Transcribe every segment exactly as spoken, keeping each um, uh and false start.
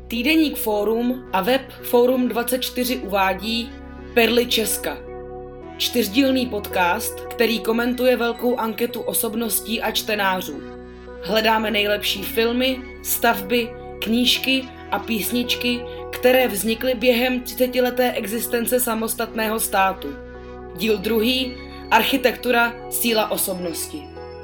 Týdeník Fórum a web Fórum dvacet čtyři uvádí Perly Česka. Čtyřdílný podcast, který komentuje velkou anketu osobností a čtenářů. Hledáme nejlepší filmy, stavby, knížky a písničky, které vznikly během třicetileté existence samostatného státu. Díl druhý. Architektura, síla osobnosti.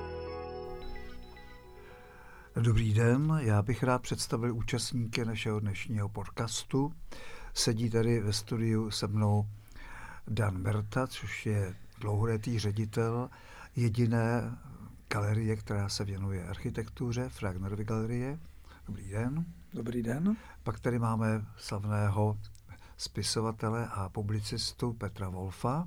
Dobrý den, já bych rád představil účastníky našeho dnešního podcastu. Sedí tady ve studiu se mnou Dan Berta, což je dlouholetý ředitel jediné galerie, která se věnuje architektuře, Fragnerovy galerie. Dobrý den. Dobrý den. Pak tady máme slavného spisovatele a publicistu Petra Wolfa,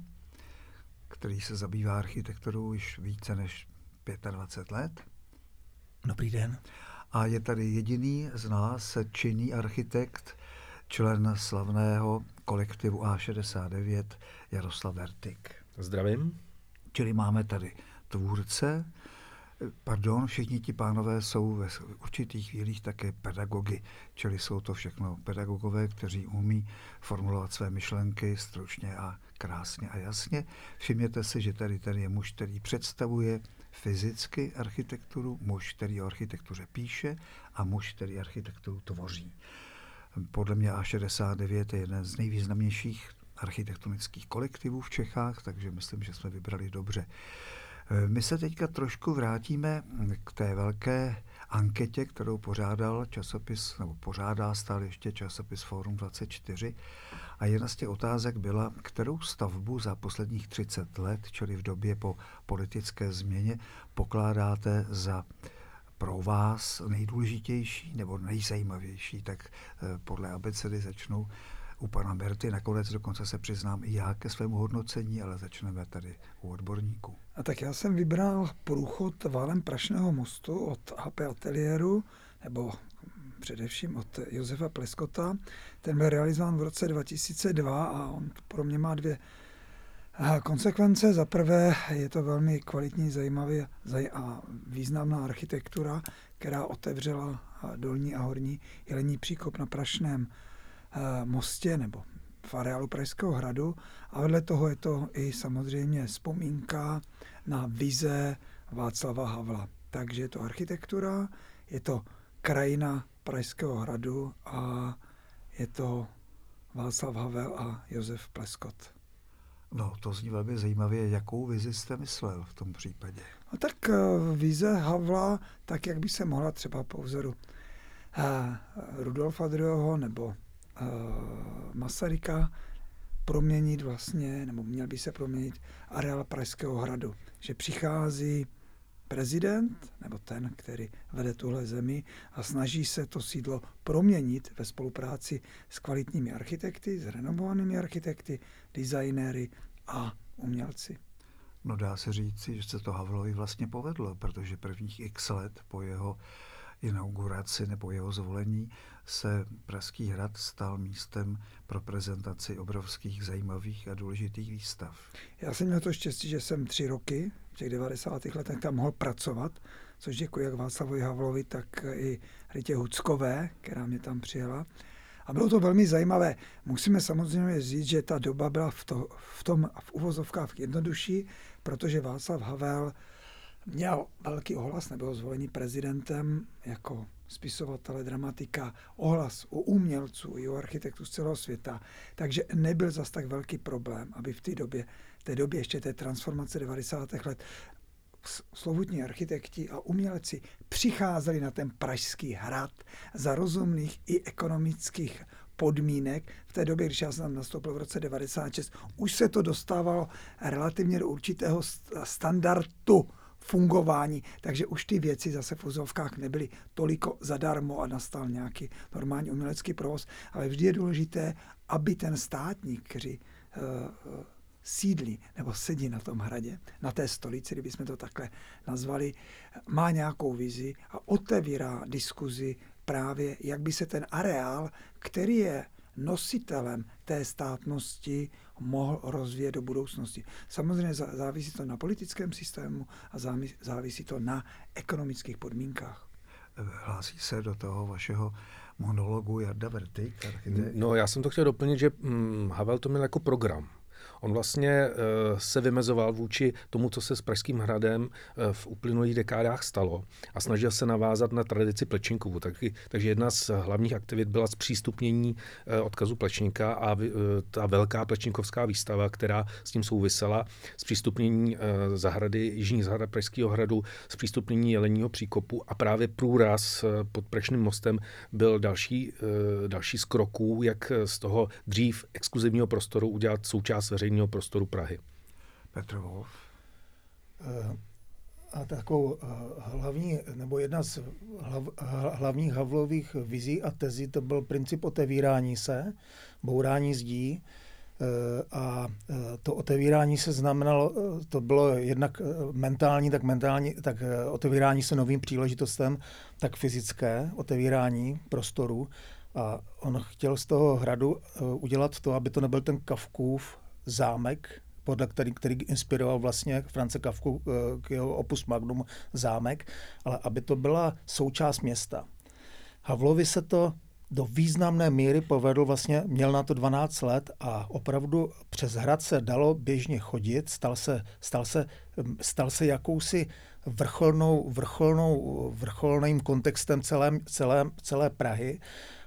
který se zabývá architekturou již více než dvacet pět let. Dobrý den. A je tady jediný z nás činný architekt, člen slavného kolektivu A šedesát devět Jaroslav Vertik. Zdravím. Čili máme tady tvůrce, pardon, všichni ti pánové jsou ve určitých chvílích také pedagogy, čili jsou to všechno pedagogové, kteří umí formulovat své myšlenky stručně a krásně a jasně. Všimněte si, že tady tady je muž, který představuje fyzicky architekturu, muž, který o architektuře píše a muž, který architekturu tvoří. Podle mě A šedesát devět je jeden z nejvýznamnějších architektonických kolektivů v Čechách, takže myslím, že jsme vybrali dobře. My se teďka trošku vrátíme k té velké anketě, kterou pořádal časopis, nebo pořádá stále ještě časopis Fórum dvacet čtyři. A jedna z těch otázek byla, kterou stavbu za posledních třicet let, čili v době po politické změně, pokládáte za pro vás nejdůležitější nebo nejzajímavější. Tak podle abecedy začnu u pana Berty, nakonec dokonce se přiznám i já ke svému hodnocení, ale začneme tady u odborníků. A tak já jsem vybral průchod válem Prašného mostu od H P Ateliéru, nebo především od Josefa Pleskota. Ten byl realizován v roce dva tisíce dva a on pro mě má dvě konsekvence. Za prvé je to velmi kvalitní, zajímavá a významná architektura, která otevřela dolní a horní jelení příkop na Prašném mostě nebo v areálu Pražského hradu, a vedle toho je to i samozřejmě vzpomínka na vize Václava Havla. Takže je to architektura, je to krajina Pražského hradu a je to Václav Havel a Josef Pleskot. No, to zní velmi zajímavě. Jakou vizi jste myslel v tom případě? No tak vize Havla, tak jak by se mohla třeba po vzoru Rudolfa druhého. nebo Masaryka proměnit vlastně, nebo měl by se proměnit areál Pražského hradu. Že přichází prezident, nebo ten, který vede tuhle zemi a snaží se to sídlo proměnit ve spolupráci s kvalitními architekty, s renomovanými architekty, designéry a umělci. No dá se říci, že se to Havlovi vlastně povedlo, protože prvních x let po jeho inauguraci nebo jeho zvolení se Pražský hrad stal místem pro prezentaci obrovských zajímavých a důležitých výstav. Já jsem měl to štěstí, že jsem tři roky v těch devadesátých letech tam mohl pracovat, což děkuji jak Václavovi Havlovi, tak i Ritě Huckové, která mě tam přijela. A bylo to velmi zajímavé. Musíme samozřejmě říct, že ta doba byla v, to, v tom v uvozovkách jednodušší, protože Václav Havel měl velký ohlas, nebyl zvolený prezidentem jako spisovatele, dramatika, ohlas u umělců i u architektů z celého světa. Takže nebyl zas tak velký problém, aby v té době, té době ještě té transformace devadesátých let slovutní architekti a umělci přicházeli na ten Pražský hrad za rozumných i ekonomických podmínek. V té době, když já jsem tam nastoupil v roce devadesát šest, už se to dostávalo relativně do určitého standardu fungování, takže už ty věci zase v úzovkách nebyly toliko zadarmo a nastal nějaký normální umělecký provoz, ale vždy je důležité, aby ten státník, který uh, sídlí nebo sedí na tom hradě, na té stolici, kdybychom to takhle nazvali, má nějakou vizi a otevírá diskuzi právě, jak by se ten areál, který je nositelem té státnosti, mohl rozvíjet do budoucnosti. Samozřejmě závisí to na politickém systému a závisí to na ekonomických podmínkách. Hlásí se do toho vašeho monologu Jarda Vertik, architekt. No, já jsem to chtěl doplnit, že hm, Havel to měl jako program. On vlastně uh, se vymezoval vůči tomu, co se s Pražským hradem uh, v uplynulých dekádách stalo a snažil se navázat na tradici Plečníkovu. Tak, takže jedna z hlavních aktivit byla zpřístupnění uh, odkazu Plečníka a uh, ta velká plečníkovská výstava, která s tím souvisela, zpřístupnění uh, zahrady, jižní zahrady Pražského hradu, zpřístupnění Jeleního příkopu a právě průraz uh, pod Prašným mostem byl další, uh, další z kroků, jak z toho dřív exkluzivního prostoru udělat součást veřejného prostoru Prahy. Petr Wolf. A takovou hlavní, nebo jedna z hlav, hlavních Havlových vizí a tezí, to byl princip otevírání se, bourání zdí. A to otevírání se znamenalo, to bylo jednak mentální, tak mentální, tak otevírání se novým příležitostem, tak fyzické otevírání prostoru. A on chtěl z toho hradu udělat to, aby to nebyl ten Kafkův zámek, podle který, který inspiroval vlastně Franze Kafku k jeho opus magnum zámek, ale aby to byla součást města. Havlovi se to do významné míry povedl, vlastně měl na to dvanáct let a opravdu přes hrad se dalo běžně chodit, stal se, stal se, stal se jakousi vrcholnou, vrcholnou, vrcholným kontextem celé, celé, celé Prahy.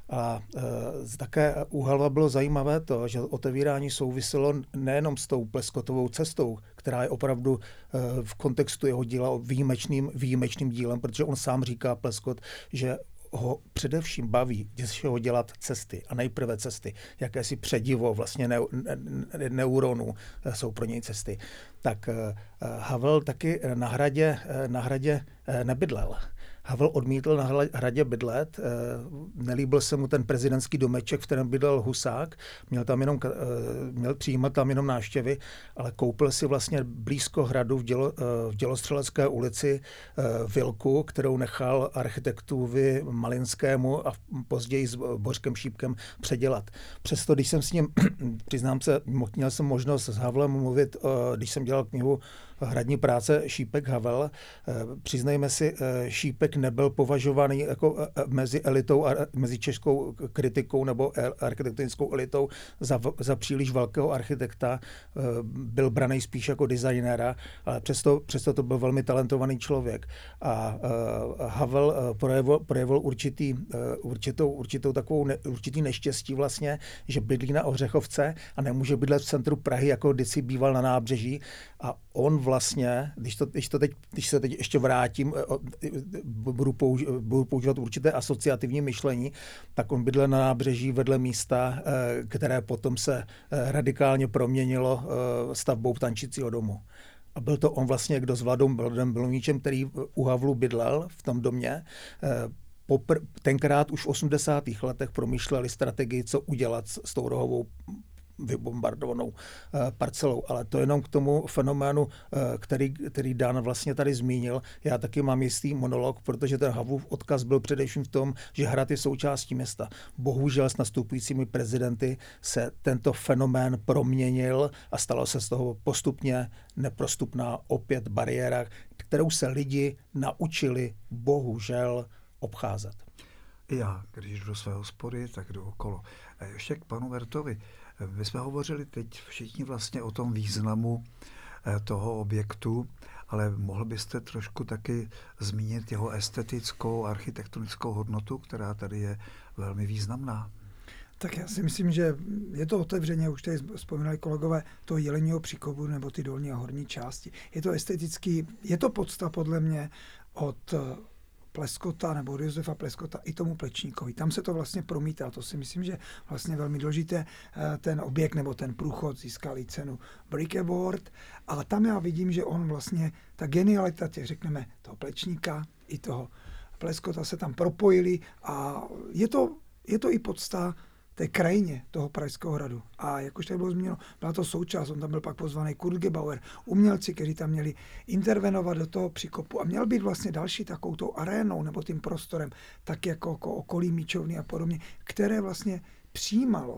A e, také u Havla bylo zajímavé to, že otevírání souviselo nejenom s tou Pleskotovou cestou, která je opravdu e, v kontextu jeho díla výjimečným, výjimečným dílem, protože on sám říká, Pleskot, že ho především baví, když ho dělat cesty a nejprve cesty, jakési předivo vlastně ne, ne, neuronů jsou pro něj cesty. Tak e, Havel taky na hradě, na hradě nebydlel. Havel odmítl na hradě bydlet, nelíbil se mu ten prezidentský domeček, v kterém bydlel Husák, měl tam jenom, měl přijímat tam jenom návštěvy, ale koupil si vlastně blízko hradu v, dělo, v Dělostřelecké ulici vilku, kterou nechal architektovi Malinskému a později s Bořkem Šípkem předělat. Přesto, když jsem s ním, přiznám se, měl jsem možnost s Havlem mluvit, když jsem dělal knihu Hradní práce Šípek Havel. Přiznejme si, Šípek nebyl považovaný jako mezi elitou, mezi českou kritikou nebo architektonickou elitou za, za příliš velkého architekta. Byl braný spíš jako designéra, ale přesto, přesto to byl velmi talentovaný člověk. A Havel projevil, projevil určitý, určitou, určitou takovou ne, určitý neštěstí vlastně, že bydlí na Ořechovce a nemůže bydlet v centru Prahy, jako kdysi býval na nábřeží. A on vlastně, když, to, když, to teď, když se teď ještě vrátím, budu, použ, budu používat určité asociativní myšlení, tak on bydlel na nábřeží vedle místa, které potom se radikálně proměnilo stavbou Tančícího domu. A byl to on vlastně, kdo s Vladou Belouníčem, který u Havlu bydlel v tom domě, popr- tenkrát už v osmdesátých letech promýšleli strategii, co udělat s, s tou rohovou vybombardovanou parcelou. Ale to jenom k tomu fenoménu, který, který Dan vlastně tady zmínil. Já taky mám jistý monolog, protože ten Havlův odkaz byl především v tom, že hrad je součástí města. Bohužel s nastupujícími prezidenty se tento fenomén proměnil a stalo se z toho postupně neprostupná opět bariéra, kterou se lidi naučili bohužel obcházet. Já, když jdu do své hospody, tak jdu okolo. A ještě k panu Wertovi. My jsme hovořili teď všichni vlastně o tom významu toho objektu, ale mohl byste trošku taky zmínit jeho estetickou, architektonickou hodnotu, která tady je velmi významná. Tak já si myslím, že je to otevřeně, už tady vzpomínali kolegové, toho Jeleního příkopu nebo ty dolní a horní části. Je to estetický, je to podsta podle mě od Pleskota nebo od Josefa Pleskota i tomu Plečníkovi. Tam se to vlastně promítá. To si myslím, že vlastně velmi důležité. Ten objekt nebo ten průchod získal i cenu Brick Award. A tam já vidím, že on vlastně, ta genialita těch, řekneme, toho Plečníka i toho Pleskota se tam propojili a je to, je to i podsta té krajině toho Pražského hradu. A jak už tady bylo zmíněno, byla to součást, on tam byl pak pozvaný Kurt Gebauer, umělci, kteří tam měli intervenovat do toho příkopu a měl být vlastně další takovou tou arénou nebo tím prostorem, tak jako, jako okolí Míčovny a podobně, které vlastně přijímalo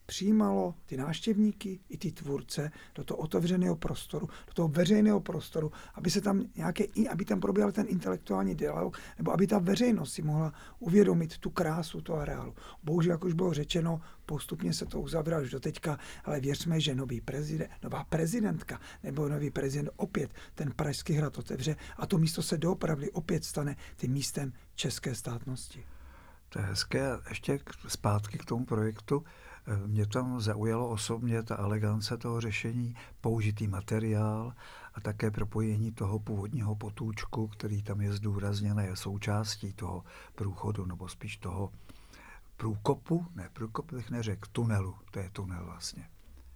přijímalo ty návštěvníky i ty tvůrce do toho otevřeného prostoru, do toho veřejného prostoru, aby se tam nějaké, aby tam probíhal ten intelektuální dialog, nebo aby ta veřejnost si mohla uvědomit tu krásu toho areálu. Bohužel, jak už bylo řečeno, postupně se to uzavírá už do teďka, ale věřme, že nový prezident, nová prezidentka nebo nový prezident opět ten Pražský hrad otevře a to místo se doopravdy opět stane tím místem české státnosti. To je hezké. A ještě zpátky k tomu projektu. Mě tam zaujalo osobně ta elegance toho řešení, použitý materiál a také propojení toho původního potůčku, který tam je zdůrazněn, je součástí toho průchodu, nebo spíš toho průkopu, ne průkop bych neřekl, tunelu, to je tunel vlastně.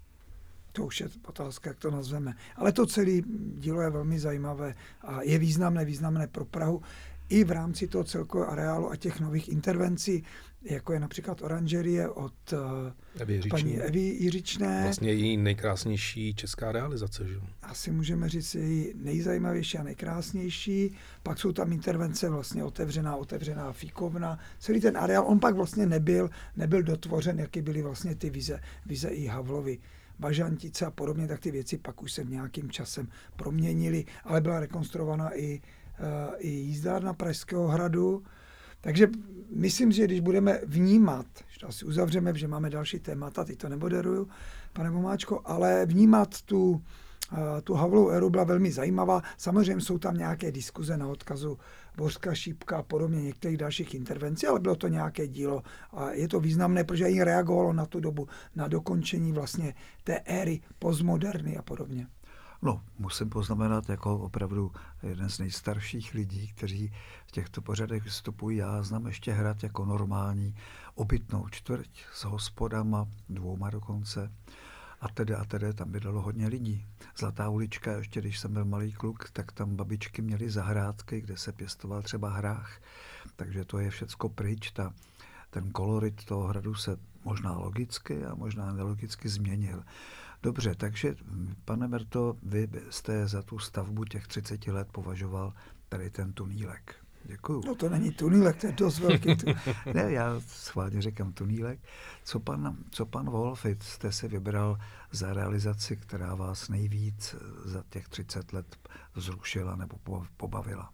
To už je otázka, jak to nazveme. Ale to celé dílo je velmi zajímavé a je významné, významné pro Prahu i v rámci toho celkového areálu a těch nových intervencí, jako je například oranžerie od Evy paní Evy Jiřičné. Vlastně její nejkrásnější česká realizace, že? Asi můžeme říct její nejzajímavější a nejkrásnější. Pak jsou tam intervence vlastně otevřená, otevřená fíkovna. Celý ten areál, on pak vlastně nebyl, nebyl dotvořen, jaký byly vlastně ty vize, vize i Havlovy. Bažantice a podobně, tak ty věci pak už se v nějakým časem proměnily, ale byla rekonstruovaná i, uh, i jízdárna Pražského hradu. Takže myslím, že když budeme vnímat, že to asi uzavřeme, že máme další témata, teď to nemoderuju, pane Vomáčko, ale vnímat tu, uh, tu Havlovou éru byla velmi zajímavá. Samozřejmě jsou tam nějaké diskuze na odkazu Bořka Šípka a podobně některých dalších intervencí, ale bylo to nějaké dílo a je to významné, protože i reagovalo na tu dobu, na dokončení vlastně té éry postmoderny a podobně. No, musím poznamenat jako opravdu jeden z nejstarších lidí, kteří v těchto pořadech vystupují. Já znám ještě hrad jako normální obytnou čtvrť s hospodama, dvouma dokonce. A tedy a tedy tam bydlelo hodně lidí. Zlatá ulička, ještě když jsem byl malý kluk, tak tam babičky měly zahrádky, kde se pěstoval třeba hrách. Takže to je všecko pryč. Ta, ten kolorit toho hradu se možná logicky a možná nelogicky změnil. Dobře, takže pane Merto, vy jste za tu stavbu těch třicet let považoval tady ten tunílek. Děkuju. No to není tunílek, to je dost velký tunílek. Ne, já schválně říkám tunílek. Co pan, co pan Wolf, jste si vybral za realizaci, která vás nejvíc za těch třicet let vzrušila nebo pobavila?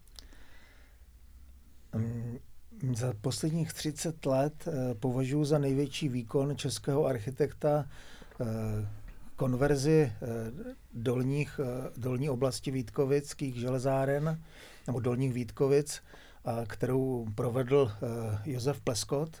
Um, za posledních třicet let uh, považuji za největší výkon českého architekta uh, konverzi uh, dolních, uh, dolní oblasti Vítkovických železáren, nebo dolních Vítkovic, kterou provedl Josef Pleskot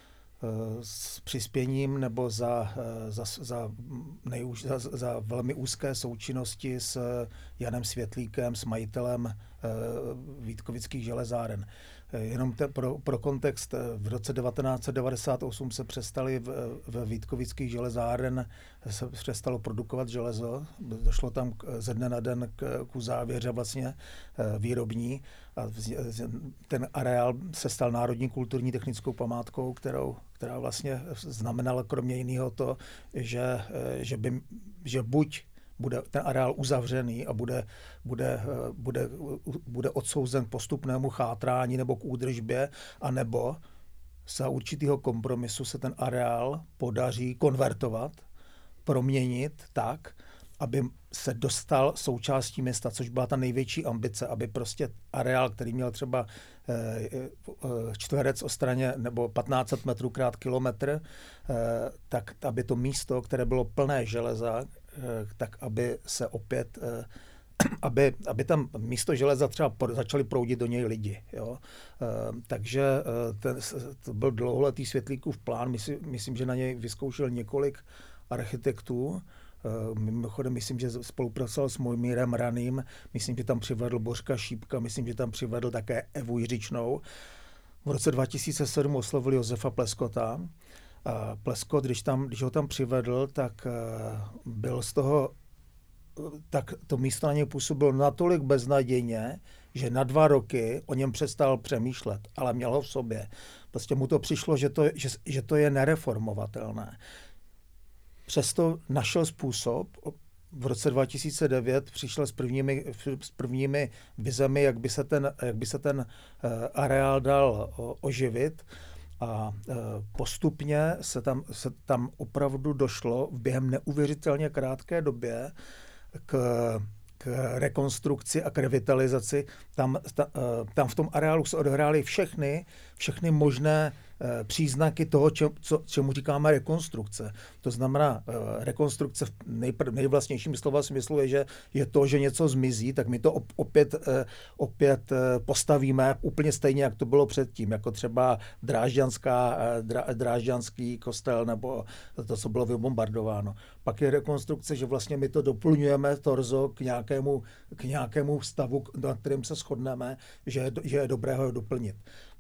s přispěním nebo za, za, za, nejúž, za, za velmi úzké součinnosti s Janem Světlíkem, s majitelem Vítkovických železáren. Jenom te, pro, pro kontext, v roce devatenáct set devadesát osm se přestali v, v Vítkovických železáren se přestalo produkovat železo. Došlo tam k, ze dne na den k, k závěře vlastně výrobní. A ten areál se stal národní kulturní technickou památkou, kterou, která vlastně znamenala kromě jiného to, že, že, by, že buď bude ten areál uzavřený a bude, bude, bude, bude odsouzen k postupnému chátrání nebo k údržbě, anebo za určitého kompromisu se ten areál podaří konvertovat, proměnit tak, aby se dostal součástí města, což byla ta největší ambice, aby prostě areál, který měl třeba čtverec o straně nebo patnáct set metrů krát kilometr, tak aby to místo, které bylo plné železa, tak aby se opět, aby, aby tam místo železa třeba začali proudit do něj lidi. Jo? Takže ten, to byl dlouholetý Světlíkův plán, myslím, myslím, že na něj vyzkoušel několik architektů. Mimochodem, myslím, že spolupracoval s Mojmírem Raným, myslím, že tam přivedl Bořka Šípka, myslím, že tam přivedl také Evu Jiřičnou. V roce dva tisíce sedm oslovil Josefa Pleskota. Pleskot, když, tam, když ho tam přivedl, tak byl z toho, tak to místo na něj působilo natolik beznadějně, že na dva roky o něm přestal přemýšlet, ale měl ho v sobě. Prostě mu to přišlo, že to, že, že to je nereformovatelné. Přesto našel způsob, v roce dva tisíce devět přišel s prvními, s prvními vizemi, jak by se ten, jak by se ten areál dal oživit. A postupně se tam, se tam opravdu došlo v během neuvěřitelně krátké době k, k rekonstrukci a k revitalizaci. Tam, ta, tam v tom areálu se odehrály všechny, všechny možné příznaky toho, če, co, čemu říkáme rekonstrukce. To znamená, rekonstrukce v nejpr, nejvlastnějším slova smyslu je, že je to, že něco zmizí, tak my to opět, opět postavíme úplně stejně, jak to bylo předtím, jako třeba Drážďanská, Drážďanský kostel nebo to, co bylo vybombardováno. Pak je rekonstrukce, že vlastně my to doplňujeme torzo k nějakému, k nějakému stavu, na kterým se shodneme, že, že je dobré ho doplnit.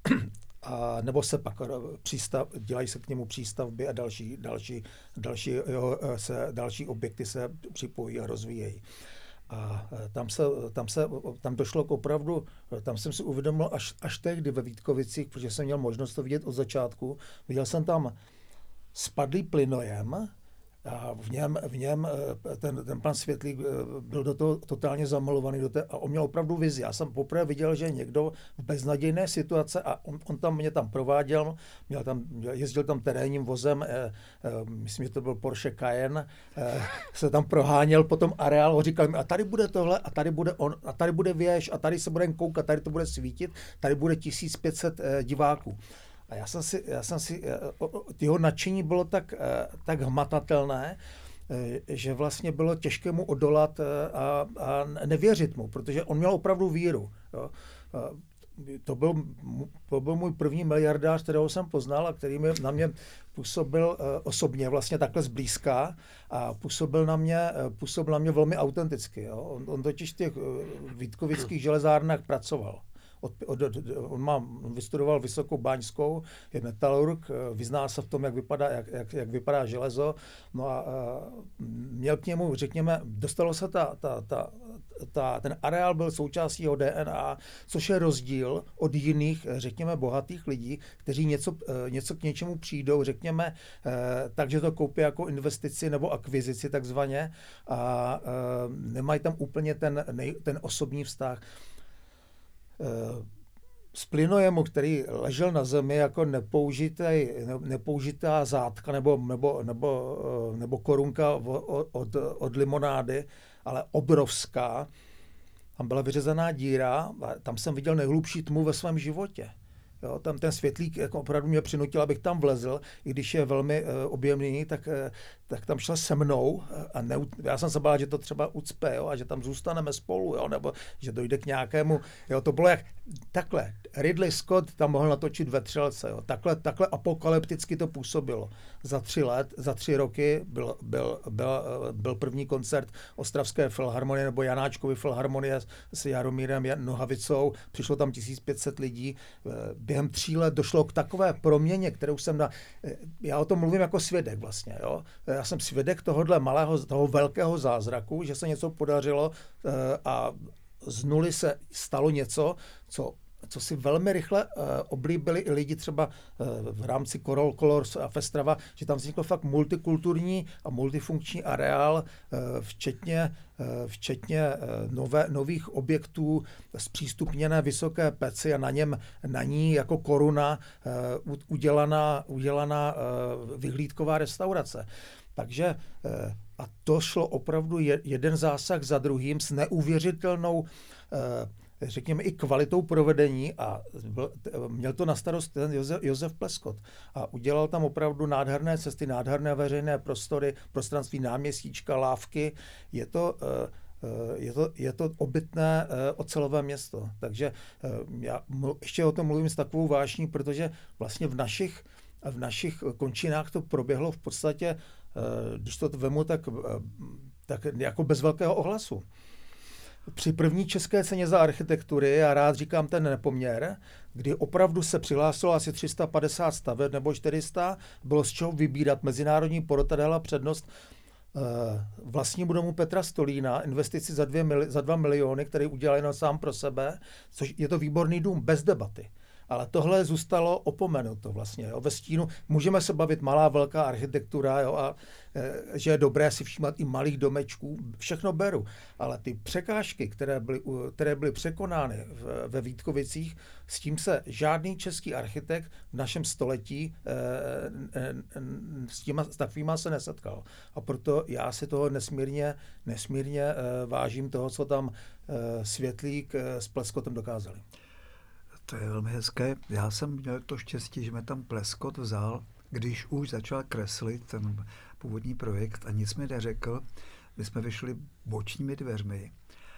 A nebo se pak přístav, dělají se k němu přístavby a další, další, další, jo, se, další objekty se připojí a rozvíjejí. A tam, se, tam, se, tam došlo k opravdu, tam jsem si uvědomil až, až tehdy ve Vítkovicích, protože jsem měl možnost to vidět od začátku. Viděl jsem tam spadlý plynojem, a v něm, v něm ten, ten pan Světlík byl do toho totálně zamalovaný do té, a on měl opravdu vizi. Já jsem poprvé viděl, že někdo v beznadějné situace a on, on tam mě tam prováděl, měl tam, jezdil tam terénním vozem, eh, eh, myslím, že to byl Porsche Cayenne, eh, se tam proháněl po tom areálu, říkal mi, a tady bude tohle, a tady bude on, a tady bude věž, a tady se budeme koukat, tady to bude svítit, tady bude tisíc pět set eh, diváků. A já jsem si, já jsem si, jeho nadšení bylo tak, tak hmatatelné, že vlastně bylo těžké mu odolat a, a nevěřit mu, protože on měl opravdu víru. Jo. To byl, to byl můj první miliardář, kterého jsem poznal a který mě, na mě působil osobně, vlastně takhle zblízka a působil na mě, působil na mě velmi autenticky. Jo. On, on totiž v těch vítkovických železárnách pracoval. Od, od, od, on má, vystudoval Vysokou báňskou, je metalurg, vyzná se v tom, jak vypadá, jak, jak, jak vypadá železo. No a, a měl k němu, řekněme, dostalo se ta, ta, ta, ta, ten areál byl součástí jeho D N A, což je rozdíl od jiných, řekněme, bohatých lidí, kteří něco, něco k něčemu přijdou, řekněme, takže to koupí jako investici nebo akvizici takzvaně a nemají tam úplně ten, nej, ten osobní vztah. Z plynojemu, který ležel na zemi jako nepoužitý, nepoužitá zátka nebo, nebo, nebo, nebo korunka od, od, od limonády, ale obrovská, tam byla vyřezaná díra a tam jsem viděl nejhlubší tmu ve svém životě. Jo, tam ten světlík jako opravdu mě přinutil, abych tam vlezl, i když je velmi uh, objemný, tak, uh, tak tam šel se mnou a ne, já jsem se bál, že to třeba ucpe, jo, a že tam zůstaneme spolu, jo, nebo že dojde k nějakému, jo, to bylo jak takhle. Ridley Scott tam mohl natočit ve Třelce, jo, takhle, takhle apokalypticky to působilo. Za tři let, za tři roky byl, byl, byl, byl první koncert Ostravské filharmonie nebo Janáčkovy filharmonie s Jaromírem Nohavicou, přišlo tam tisíc pět set lidí. Během tří let došlo k takové proměně, kterou jsem na... Já o tom mluvím jako svědek vlastně, jo. Já jsem svědek tohohle malého, toho velkého zázraku, že se něco podařilo a z nuly se stalo něco, co co si velmi rychle uh, oblíbili i lidi třeba uh, v rámci Corol Colors a Festrava, že tam vznikl fakt multikulturní a multifunkční areál, uh, včetně, uh, včetně uh, nové, nových objektů, zpřístupněné vysoké peci a na něm, na ní jako koruna uh, udělaná, udělaná uh, vyhlídková restaurace. Takže uh, a to šlo opravdu je, jeden zásah za druhým s neuvěřitelnou uh, řekněme i kvalitou provedení a byl, měl to na starost ten Josef, Josef Pleskot a udělal tam opravdu nádherné cesty, nádherné veřejné prostory, prostranství náměstíčka, lávky. Je to, je to, je to obytné ocelové město. Takže já ještě o tom mluvím s takovou vášní, protože vlastně v našich, v našich končinách to proběhlo v podstatě, když to vemu, tak, tak jako bez velkého ohlasu. Při první české ceně za architektury, já rád říkám ten nepoměr, kdy opravdu se přihlásilo asi tři sta padesát staveb nebo čtyři sta, bylo z čeho vybírat. Mezinárodní porota dala přednost uh, vlastnímu domu Petra Stolína, investici za, dvě mili, za dva miliony, který udělal jenom sám pro sebe, což je to výborný dům, bez debaty. Ale tohle zůstalo opomenuto vlastně. Jo. Ve stínu můžeme se bavit malá, velká architektura, jo, a e, že je dobré si všímat i malých domečků, všechno beru. Ale ty překážky, které byly, které byly překonány v, ve Vítkovicích, s tím se žádný český architekt v našem století e, e, s, těma, s takovýma se nesetkal. A proto já si toho nesmírně, nesmírně e, vážím toho, co tam e, Světlík e, s Pleskotem dokázali. To je velmi hezké. Já jsem měl to štěstí, že mě tam Pleskot vzal, když už začal kreslit ten původní projekt a nic mi neřekl. My jsme vyšli bočními dveřmi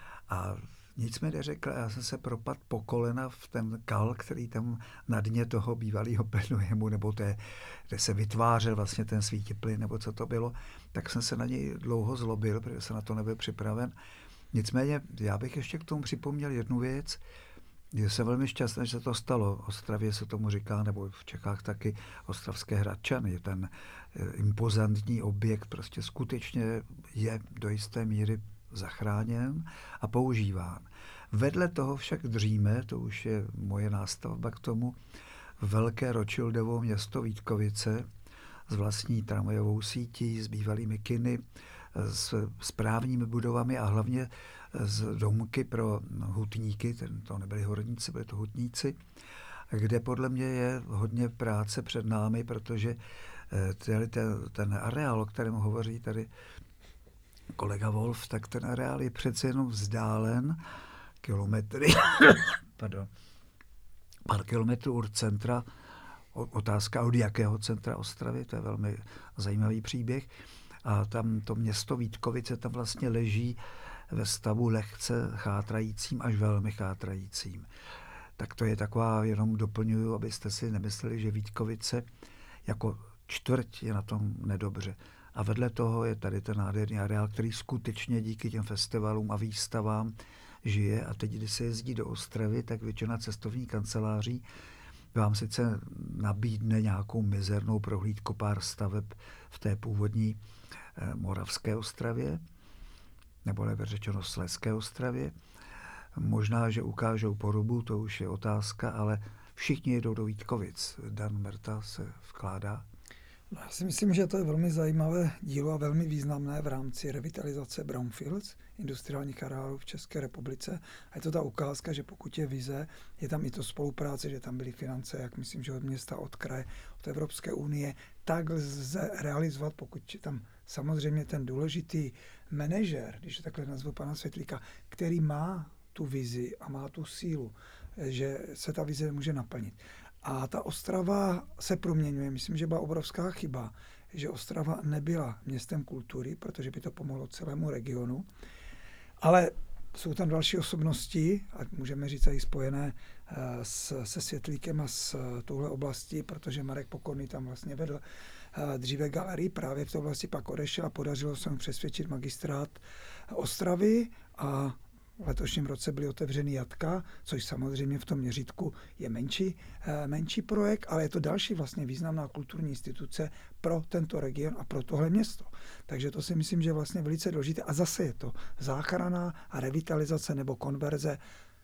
a nic mi neřekl. Já jsem se propadl po kolena v ten kal, který tam na dně toho bývalého penujemu, nebo té, kde se vytvářel vlastně ten svítiplyn, nebo co to bylo, tak jsem se na něj dlouho zlobil, protože jsem na to nebyl připraven. Nicméně já bych ještě k tomu připomněl jednu věc. Jsem velmi šťastný, že se to stalo. V Ostravě se tomu říká, nebo v Čechách taky, Ostravské Hradčany. Ten impozantní objekt prostě skutečně je do jisté míry zachráněn a používán. Vedle toho však dříme, to už je moje nástavba k tomu, velké Rothschildovo město Vítkovice s vlastní tramvajovou sítí, s bývalými kiny, s správními budovami a hlavně z domky pro hutníky, ten, to nebyli horníci, byli to hutníci, kde podle mě je hodně práce před námi, protože ten, ten areál, o kterém hovoří tady kolega Wolf, tak ten areál je přece jenom vzdálen kilometry, pardon, pár kilometrů od centra. Otázka, od jakého centra Ostravy, to je velmi zajímavý příběh. A tam to město Vítkovice tam vlastně leží ve stavu lehce chátrajícím až velmi chátrajícím. Tak to je taková, jenom doplňuju, abyste si nemysleli, že Vítkovice jako čtvrť je na tom nedobře. A vedle toho je tady ten nádherný areál, který skutečně díky těm festivalům a výstavám žije. A teď, když se jezdí do Ostravy, tak většina cestovních kanceláří vám sice nabídne nějakou mizernou prohlídku pár staveb v té původní eh, Moravské Ostravě, nebo lépe řečeno Slezské Ostravě. Možná, že ukážou Porubu, to už je otázka, ale všichni jedou do Vítkovic. Dan Merta se vkládá. No, já si myslím, že to je velmi zajímavé dílo a velmi významné v rámci revitalizace brownfields, industriálních areálů v České republice. A je to ta ukázka, že pokud je vize, je tam i to spolupráce, že tam byly finance, jak myslím, že od města, od kraje, od Evropské unie, tak lze realizovat, pokud je tam samozřejmě ten důležitý manažer, když takhle nazvu pana Světlíka, který má tu vizi a má tu sílu, že se ta vize může naplnit. A ta Ostrava se proměňuje. Myslím, že byla obrovská chyba, že Ostrava nebyla městem kultury, protože by to pomohlo celému regionu. Ale jsou tam další osobnosti, a můžeme říct i spojené s, se Světlíkem a s touhle oblastí, protože Marek Pokorný tam vlastně vedl dříve galerii právě v té oblasti, pak odešel a podařilo se mu přesvědčit magistrát Ostravy a v letošním roce byly otevřeny jatka, což samozřejmě v tom měřítku je menší, menší projekt, ale je to další vlastně významná kulturní instituce pro tento region a pro tohle město. Takže to si myslím, že je vlastně velice důležité. A zase je to záchrana a revitalizace nebo konverze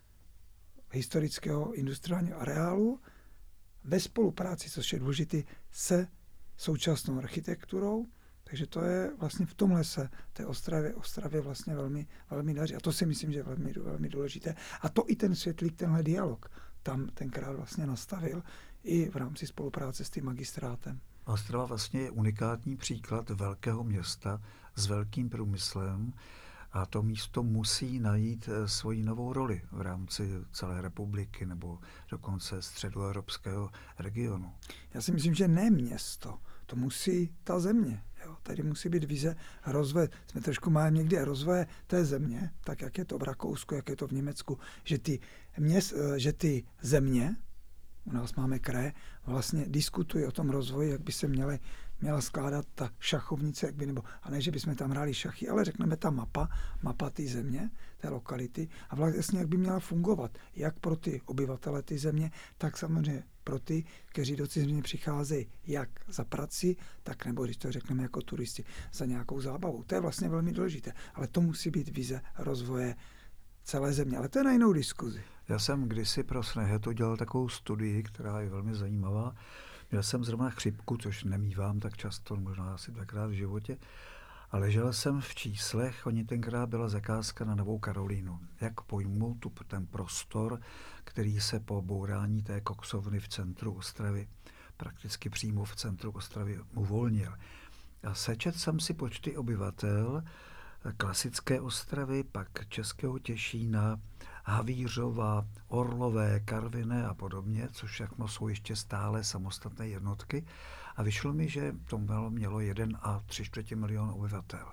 historického industriálního areálu ve spolupráci, což je důležité, se současnou architekturou. Takže to je vlastně v tomhle se té Ostravě, Ostravě vlastně velmi, velmi daří. A to si myslím, že je velmi, velmi důležité. A to i ten Světlík, tenhle dialog tam tenkrát vlastně nastavil i v rámci spolupráce s tím magistrátem. Ostrava vlastně je unikátní příklad velkého města s velkým průmyslem a to místo musí najít svoji novou roli v rámci celé republiky nebo dokonce středoevropského regionu. Já si myslím, že ne město, to musí ta země. Jo. Tady musí být vize rozvoje. Jsme trošku máme někdy rozvoje té země, tak jak je to v Rakousku, jak je to v Německu, že ty, měst, že ty země, u nás máme kraje, vlastně diskutují o tom rozvoji, jak by se měly, měla skládat ta šachovnice, jak by, nebo, a ne, že bychom tam hráli šachy, ale řekneme ta mapa, mapa té země, té lokality a vlastně jak by měla fungovat, jak pro ty obyvatele té země, tak samozřejmě pro ty, kteří do té země přicházejí jak za prací, tak nebo, když to řekneme jako turisti, za nějakou zábavou. To je vlastně velmi důležité, ale to musí být vize rozvoje celé země. Ale to je na jinou diskuzi. Já jsem kdysi pro Snehetu dělal takovou studii, která je velmi zajímavá. Měl jsem zrovna chřipku, což nemívám tak často, možná asi dvakrát v životě. A ležel jsem v číslech, oni tenkrát byla zakázka na Novou Karolínu. Jak pojmout tu, ten prostor, který se po bourání té koksovny v centru Ostravy, prakticky přímo v centru Ostravy, uvolnil. A sečet jsem si počty obyvatel klasické Ostravy, pak Českého Těšína, Havířova, Orlové, Karviné a podobně, což všechno jsou ještě stále samostatné jednotky. A vyšlo mi, že to mělo, mělo jeden a tři čtvrtě milion obyvatel.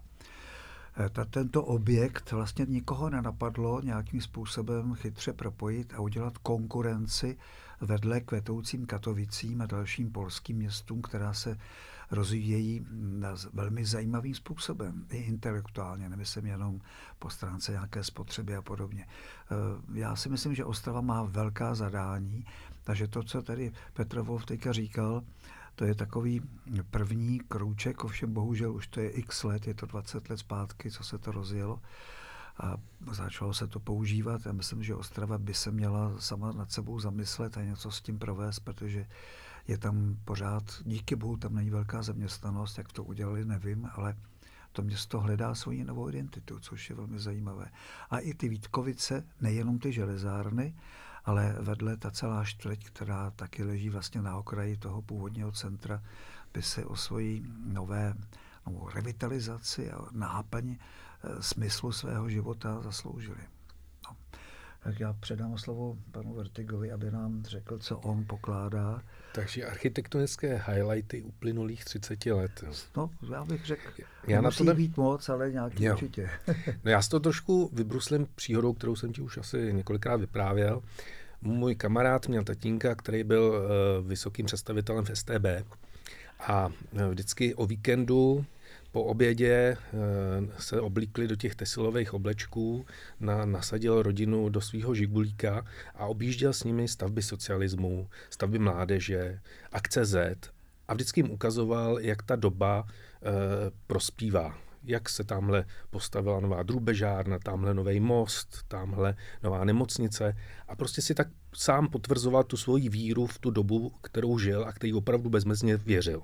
Ta, tento objekt vlastně nikoho nenapadlo nějakým způsobem chytře propojit a udělat konkurenci vedle kvetoucím Katovicím a dalším polským městům, která se rozvíjejí velmi zajímavým způsobem, i intelektuálně, nemyslím jenom po stránce nějaké spotřeby a podobně. Já si myslím, že Ostrava má velká zadání, takže to, co tady Petr Wolf teďka říkal, to je takový první krůček, ovšem bohužel už to je x let, je to dvacet let zpátky, co se to rozjelo a začalo se to používat. Já myslím, že Ostrava by se měla sama nad sebou zamyslet a něco s tím provést, protože je tam pořád, díky bohu tam není velká zaměstnanost, jak to udělali, nevím, ale to město hledá svoji novou identitu, což je velmi zajímavé. A i ty Vítkovice, nejenom ty železárny, ale vedle ta celá čtvrť, která taky leží vlastně na okraji toho původního centra, by se o svoji nové, novou revitalizaci a náplň smyslu svého života zasloužili. No. Tak já předám slovo panu Vertigovi, aby nám řekl, co on pokládá. Takže architektonické highlighty uplynulých třiceti let. No, já bych řekl, já nemusí na to být moc, ale nějaký jo. určitě. No já si to trošku vybruslím příhodou, kterou jsem ti už asi několikrát vyprávěl. Můj kamarád měl tatínka, který byl uh, vysokým představitelem v S T B a uh, vždycky o víkendu po obědě uh, se oblíkli do těch tesilových oblečků, na, nasadil rodinu do svého žigulíka a objížděl s nimi stavby socialismu, stavby mládeže, akce Z a vždycky jim ukazoval, jak ta doba uh, prospívá. Jak se tamhle postavila nová drůbežárna, tamhle nový most, tamhle nová nemocnice a prostě si tak sám potvrzoval tu svoji víru v tu dobu, kterou žil a který opravdu bezmezně věřil.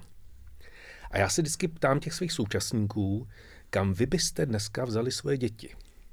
A já se vždycky ptám těch svých současníků, kam vy byste dneska vzali svoje děti.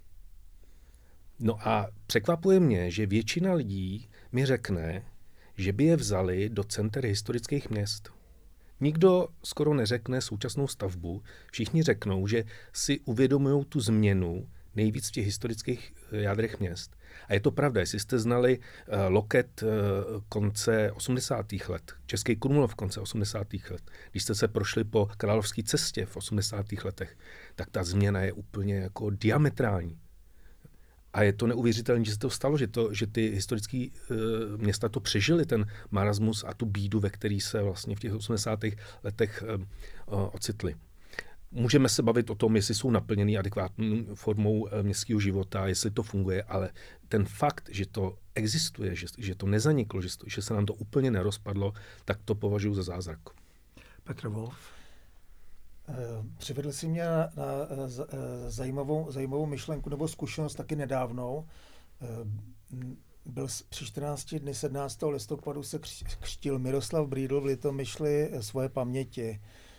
No a překvapuje mě, že většina lidí mi řekne, že by je vzali do center historických měst. Nikdo skoro neřekne současnou stavbu, všichni řeknou, že si uvědomují tu změnu nejvíc v těch historických jádrech měst. A je to pravda, jestli jste znali uh, Loket uh, konce osmdesátých let, Český Krumlov konce osmdesátých let, když jste se prošli po Královské cestě v osmdesátých letech, tak ta změna je úplně jako diametrální. A je to neuvěřitelné, že se to stalo, že, to, že ty historické uh, města to přežily, ten marasmus a tu bídu, ve který se vlastně v těch osmdesátých letech uh, uh, ocitli. Můžeme se bavit o tom, jestli jsou naplněný adekvátní formou uh, městského života, jestli to funguje, ale ten fakt, že to existuje, že, že to nezaniklo, že, že se nám to úplně nerozpadlo, tak to považuji za zázrak. Petr Wolf. Přivedl si mě na, na zajímavou, zajímavou myšlenku nebo zkušenost taky nedávnou. Byl při čtrnácti dny sedmnáctého listopadu se křtil Miroslav Brídl v Litomyšli svoje paměti,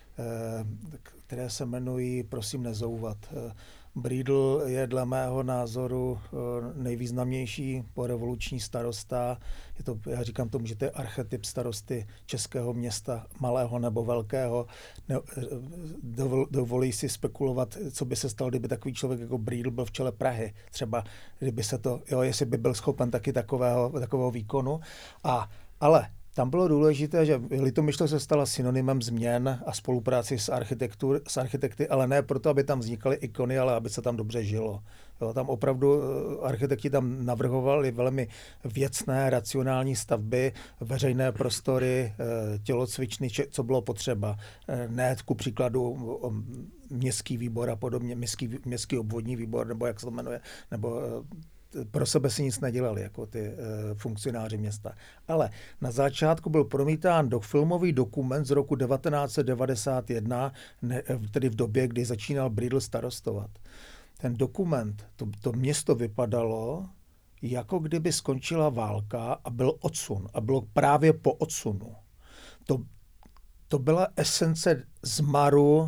které se jmenují Prosím nezouvat. Brídl je dle mého názoru nejvýznamnější porevoluční starosta. Je to, já říkám tomu, že to je archetyp starosty českého města, malého nebo velkého. Ne, dovol, dovolí si spekulovat, co by se stalo, kdyby takový člověk jako Brídl byl v čele Prahy. Třeba, kdyby se to, jo, jestli by byl schopen taky takového, takového výkonu. A, ale tam bylo důležité, že Litomyšl se stala synonymem změn a spolupráci s, s architekty, ale ne proto, aby tam vznikaly ikony, ale aby se tam dobře žilo. Jo, tam opravdu architekti tam navrhovali velmi věcné, racionální stavby, veřejné prostory, tělocvičny, co bylo potřeba. Ne ku příkladu městský výbor a podobně, městský, městský obvodní výbor, nebo jak se to jmenuje, nebo pro sebe si nic nedělali, jako ty e, funkcionáři města. Ale na začátku byl promítán do filmový dokument z roku devatenáct set devadesát jedna, ne, tedy v době, kdy začínal Brídl starostovat. ten dokument, to, to město vypadalo, jako kdyby skončila válka a byl odsun. A bylo právě po odsunu. To, to byla esence zmaru,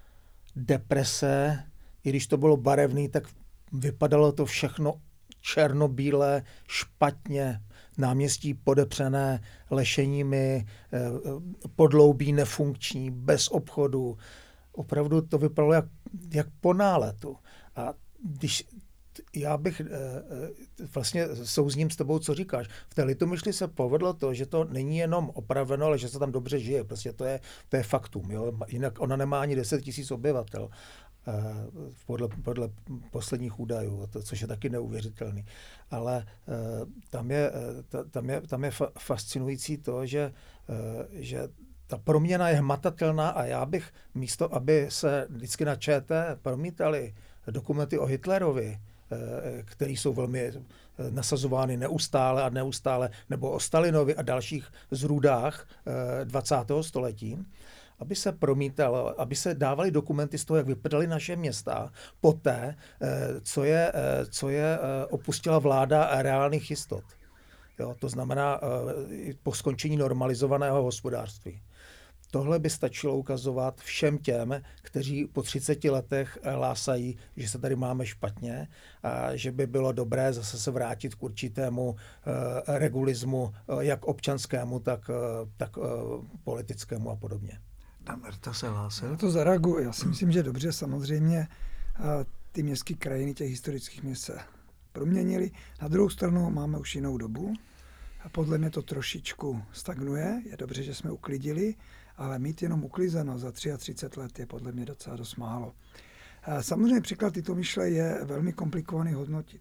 deprese. I když to bylo barevný, tak vypadalo to všechno černobílé, špatně. Náměstí podepřené lešeními, podloubí nefunkční, bez obchodu. Opravdu to vypadalo jak, jak po náletu. A když já bych vlastně souzním s tebou, co říkáš. V té Litomyšli se povedlo to, že to není jenom opraveno, ale že se tam dobře žije. Prostě to je, to je faktum. Jo? Jinak ona nemá ani deset tisíc obyvatel. Podle, podle posledních údajů, to, což je taky neuvěřitelný. Ale tam je, tam je, tam je fascinující to, že, že ta proměna je hmatatelná a já bych místo, aby se vždycky na ČT promítaly dokumenty o Hitlerovi, které jsou velmi nasazovány neustále a neustále, nebo o Stalinovi a dalších zrůdách dvacátého století, aby se promítalo, aby se dávaly dokumenty z toho, jak vypadaly naše města poté, co je, co je opustila vláda reálných jistot. Jo, to znamená po skončení normalizovaného hospodářství. Tohle by stačilo ukazovat všem těm, kteří po třiceti letech hlásají, že se tady máme špatně a že by bylo dobré zase se vrátit k určitému uh, regulismu, uh, jak občanskému, tak, uh, tak uh, politickému a podobně. Tam Erta se hlásil. Já to zareaguji. Já si myslím, že dobře, samozřejmě uh, ty městské krajiny těch historických měst se proměnily. Na druhou stranu máme už jinou dobu. A podle mě to trošičku stagnuje. Je dobře, že jsme uklidili, ale mít jenom uklizeno za třicet tři let je podle mě docela dost málo. Samozřejmě příklad Litomyšle je velmi komplikovaný hodnotit.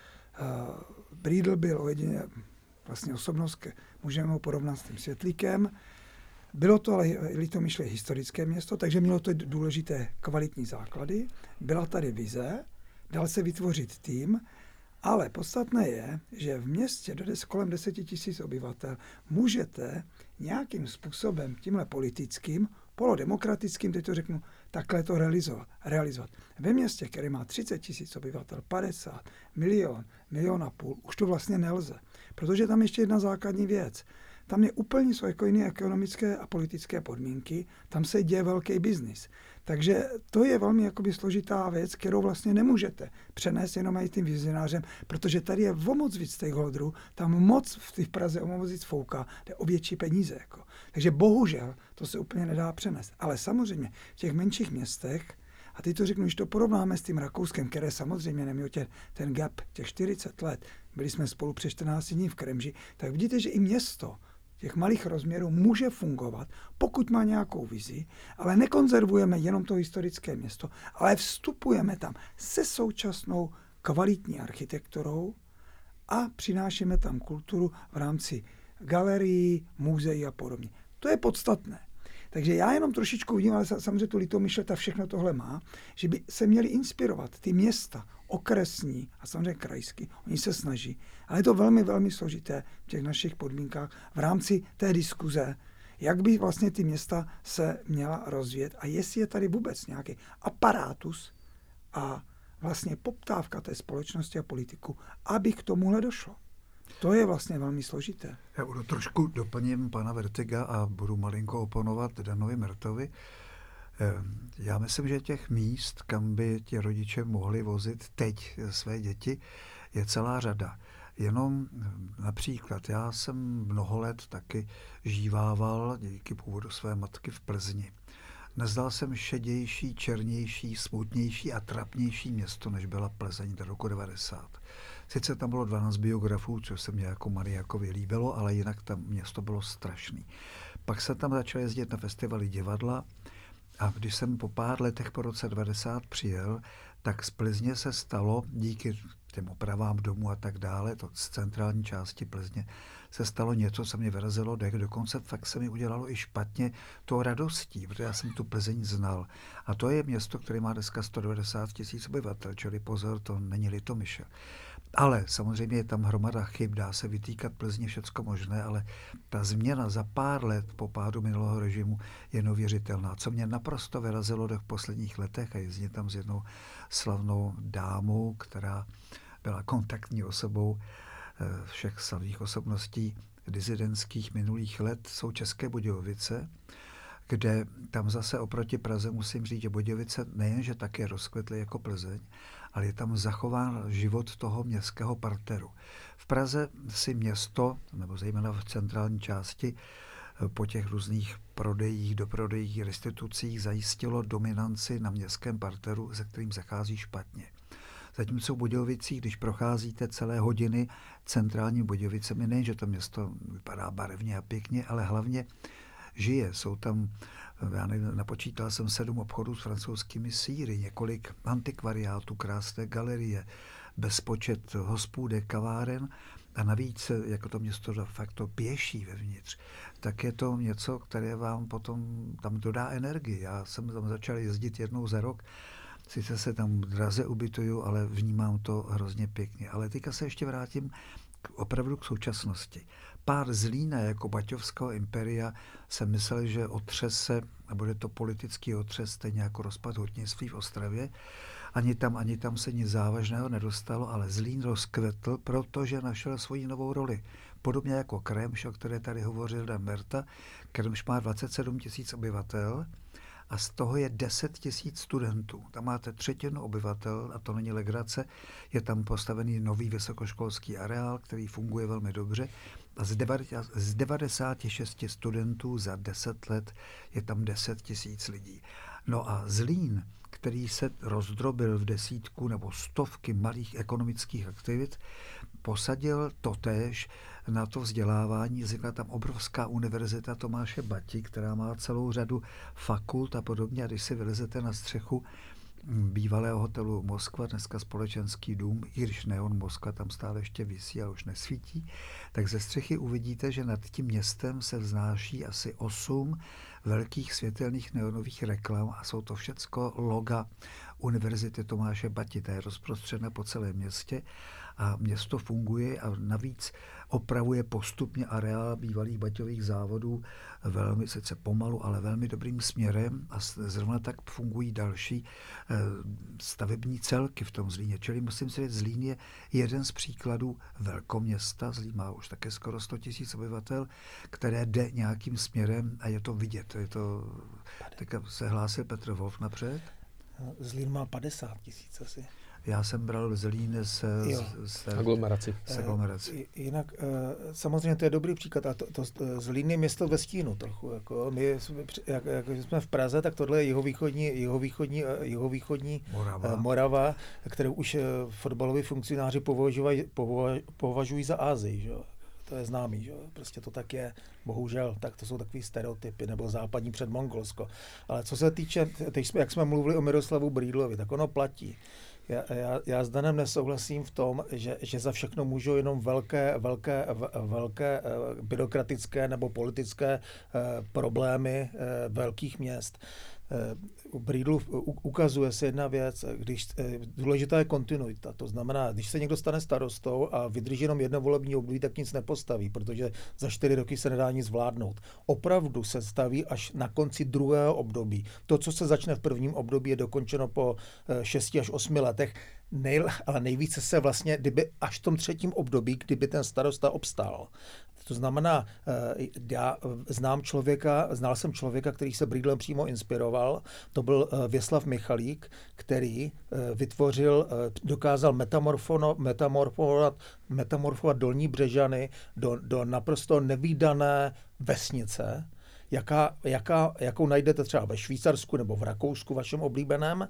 Brýdl byl ojedině vlastně osobnost, můžeme ho porovnat s tím Světlíkem. Bylo to ale Litomyšle historické město, takže mělo to důležité kvalitní základy. Byla tady vize, dal se vytvořit tým, ale podstatné je, že v městě do des, kolem deseti tisíc obyvatel můžete nějakým způsobem, tímhle politickým, polodemokratickým, teď to řeknu, takhle to realizovat. realizovat. Ve městě, které má třicet tisíc obyvatel, padesát, milion, milion a půl, už to vlastně nelze. Protože tam ještě jedna základní věc. Tam je úplně jsou jako jiné ekonomické a politické podmínky, tam se děje velký biznis. Takže to je velmi jakoby složitá věc, kterou vlastně nemůžete přenést jenom i tím vizionářem, protože tady je o moc víc stakeholderů, tam moc v té Praze o moc víc fouká, jde o větší peníze. Jako. Takže bohužel to se úplně nedá přenést. Ale samozřejmě v těch menších městech, a teď to řeknu, když to porovnáme s tím Rakouskem, které samozřejmě nemělo tě, ten gap, těch čtyřicet let, byli jsme spolu přes čtrnáct dní v Kremži, tak vidíte, že i město těch malých rozměrů může fungovat, pokud má nějakou vizi, ale nekonzervujeme jenom to historické město, ale vstupujeme tam se současnou kvalitní architekturou a přinášíme tam kulturu v rámci galerií, muzeí a podobně. To je podstatné. Takže já jenom trošičku vidím, ale samozřejmě tu Litomyšl, ta všechno tohle má, že by se měly inspirovat ty města, okresní a samozřejmě krajský. Oni se snaží, ale je to velmi, velmi složité v těch našich podmínkách v rámci té diskuze, jak by vlastně ty města se měla rozvíjet a jestli je tady vůbec nějaký aparátus a vlastně poptávka té společnosti a politiku, aby k tomuhle došlo. To je vlastně velmi složité. Já budu trošku doplním pana Vertiga a budu malinko oponovat Danovi Mertovi. Já myslím, že těch míst, kam by ti rodiče mohli vozit teď své děti, je celá řada. Jenom například, já jsem mnoho let taky žívával díky původu své matky v Plzni. Neznal jsem šedější, černější, smutnější a trapnější město, než byla Plzeň do roku devadesát. Sice tam bylo dvanáct biografů, což se mě jako Mariákovi líbilo, ale jinak tam město bylo strašný. Pak jsem tam začal jezdit na festivaly divadla a když jsem po pár letech po roce devadesát přijel, tak z Plzně se stalo, díky těm opravám domů a tak dále, to z centrální části Plzně, se stalo něco, co mě vyrazilo dech, dokonce fakt se mi udělalo i špatně to radostí, protože já jsem tu Plzeň znal. A to je město, které má dneska sto devadesát tisíc obyvatel, čili pozor, to není Litomyšl. Ale samozřejmě je tam hromada chyb, dá se vytýkat Plzni všecko možné, ale ta změna za pár let po pádu minulého režimu je neuvěřitelná. Co mě naprosto vyrazilo v posledních letech, a jezdím tam s jednou slavnou dámou, která byla kontaktní osobou všech slavných osobností disidentských minulých let, jsou České Budějovice, kde tam zase oproti Praze musím říct, že Budějovice nejenže také rozkvetly jako Plzeň, ale je tam zachován život toho městského parteru. V Praze si město, nebo zejména v centrální části, po těch různých prodejích, doprodejích, restitucích zajistilo dominanci na městském parteru, se kterým zachází špatně. Zatímco v Budějovicích, když procházíte celé hodiny centrální Budějovicemi, nejen, že to město vypadá barevně a pěkně, ale hlavně žije. Jsou tam, já nevím, napočítal jsem sedm obchodů s francouzskými sýry, několik antikvariátů, krásné galerie, bezpočet hospůdek, kaváren a navíc, jako to město fakt to pěší vevnitř, tak je to něco, které vám potom tam dodá energii. Já jsem tam začal jezdit jednou za rok, sice se tam draze ubytuju, ale vnímám to hrozně pěkně. Ale teďka se ještě vrátím k, opravdu k současnosti. Pár Zlína jako Baťovského imperia jsem myslel, že otřese, a bude to politický otřes, stejně jako rozpad hutnictví v Ostravě. Ani tam, ani tam se nic závažného nedostalo, ale Zlín rozkvetl, protože našel svoji novou roli. Podobně jako Kremš, o které tady hovořil Dan Berta. Kremš má dvacet sedm tisíc obyvatel a z toho je deset tisíc studentů. Tam máte třetinu obyvatel a to není legrace. Je tam postavený nový vysokoškolský areál, který funguje velmi dobře. A z devadesáti šesti studentů za deset let je tam deset tisíc lidí. No a Zlín, který se rozdrobil v desítku nebo stovky malých ekonomických aktivit, posadil totéž na to vzdělávání. Vznikla tam obrovská univerzita Tomáše Bati, která má celou řadu fakult a podobně. A když si vylezete na střechu bývalého hotelu Moskva, dneska společenský dům, i když neon Moskva tam stále ještě visí, ale už nesvítí, tak ze střechy uvidíte, že nad tím městem se vznáší asi osm velkých světelných neonových reklam a jsou to všecko loga Univerzity Tomáše Bati. Ta je rozprostřena po celém městě a město funguje a navíc opravuje postupně areál bývalých baťových závodů velmi, sice pomalu, ale velmi dobrým směrem a zrovna tak fungují další stavební celky v tom Zlíně. Čili musím si říct, Zlín je jeden z příkladů velkoměsta. Zlín má už také skoro sto tisíc obyvatel, které jde nějakým směrem a je to vidět. Je to, tak se hlásil Petr Wolf napřed. Zlín má padesát tisíc asi. Já jsem bral Zlín z, z aglomeraci. Z aglomeraci. Jinak samozřejmě to je dobrý příklad. A to, to, Zlín je město ve stínu trochu. Jako my, jak, jak jsme v Praze, tak tohle je jihovýchodní, jihovýchodní, jihovýchodní Morava. Morava, kterou už fotbaloví funkcionáři považují, považují za Asii. Že? To je známý, že? Prostě to tak je, bohužel, tak to jsou takový stereotypy, nebo západní předmongolsko. Ale co se týče, teď jsme, jak jsme mluvili o Miroslavu Brýdlovi, tak ono platí. Já, já, já s Danem nesouhlasím v tom, že, že za všechno můžou jenom velké, velké, velké byrokratické nebo politické problémy velkých měst. U Brýdlu ukazuje se jedna věc, když důležitá je kontinuita. To znamená, když se někdo stane starostou a vydrží jenom jedno volební období, tak nic nepostaví, protože za čtyři roky se nedá nic zvládnout. Opravdu se staví až na konci druhého období. To, co se začne v prvním období, je dokončeno po šesti až osmi letech. Nej, ale nejvíce se vlastně, kdyby až v tom třetím období, kdyby ten starosta obstál. To znamená, já znám člověka, znal jsem člověka, který se Brýdlem přímo inspiroval. To byl Věslav Michalík, který vytvořil, dokázal metamorfovat, metamorfovat Dolní Břežany do, do naprosto nevídané vesnice, Jaká, jaká, jakou najdete třeba ve Švýcarsku nebo v Rakousku, vašem oblíbeném,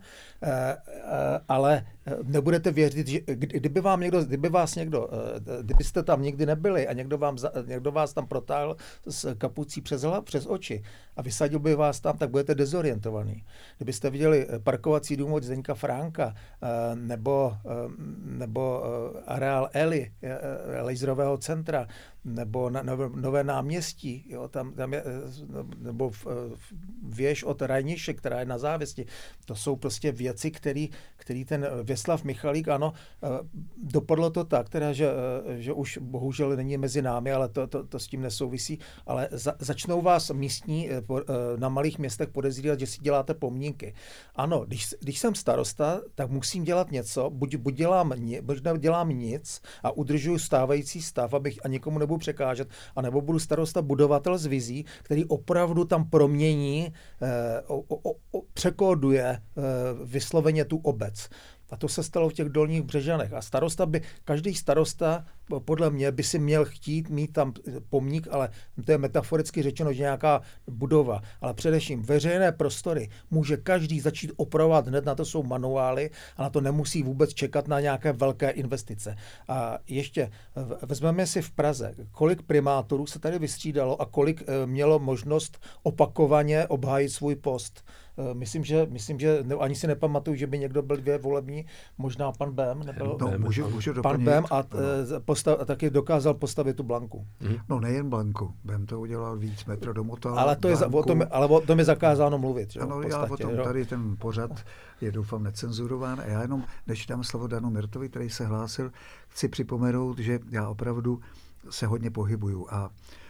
ale nebudete věřit, že kdyby, vám někdo, kdyby vás někdo, kdybyste tam nikdy nebyli a někdo, vám, někdo vás tam protáhl s kapucí přes, hlav, přes oči a vysadil by vás tam, tak budete dezorientovaný. Kdybyste viděli parkovací dům od Zdeňka Fránka nebo, nebo areál Eli, laserového centra, nebo na, nové, nové náměstí, jo, tam, tam je, nebo v, věž od Rajniše, která je na Závěsti. To jsou prostě věci, které ten Česlav Michalík, ano, dopadlo to tak, teda, že, že už bohužel není mezi námi, ale to, to, to s tím nesouvisí, ale za, začnou vás místní na malých městech podezírat, že si děláte pomníky. Ano, když, když jsem starosta, tak musím dělat něco, buď, buď, dělám, buď dělám nic a udržuju stávající stav, abych a nikomu nebudu překážet, anebo budu starosta budovatel s vizí, který opravdu tam promění, eh, o, o, o, překóduje eh, vysloveně tu obec. A to se stalo v těch Dolních Břežanech. A starosta by, každý starosta, podle mě, by si měl chtít mít tam pomník, ale to je metaforicky řečeno, že nějaká budova, ale především veřejné prostory může každý začít opravovat hned, na to jsou manuály a na to nemusí vůbec čekat na nějaké velké investice. A ještě vezmeme si v Praze, kolik primátorů se tady vystřídalo a kolik mělo možnost opakovaně obhájit svůj post. Myslím, že, myslím, že ne, ani si nepamatuju, že by někdo byl dvě volební, možná pan Bém, nebyl? No, můžu, můžu pan Bém a, postav, a taky dokázal postavit tu Blanku. No nejen Blanku, Bém to udělal víc, metro do Motala. Ale to je, o tom, ale o tom je zakázáno mluvit. Že? Ano, podstatě, já o tom jo? Tady ten pořad je doufám necenzurován a já jenom, než dám slovo Danu Mirtovi, který se hlásil, chci připomenout, že já opravdu se hodně pohybuju a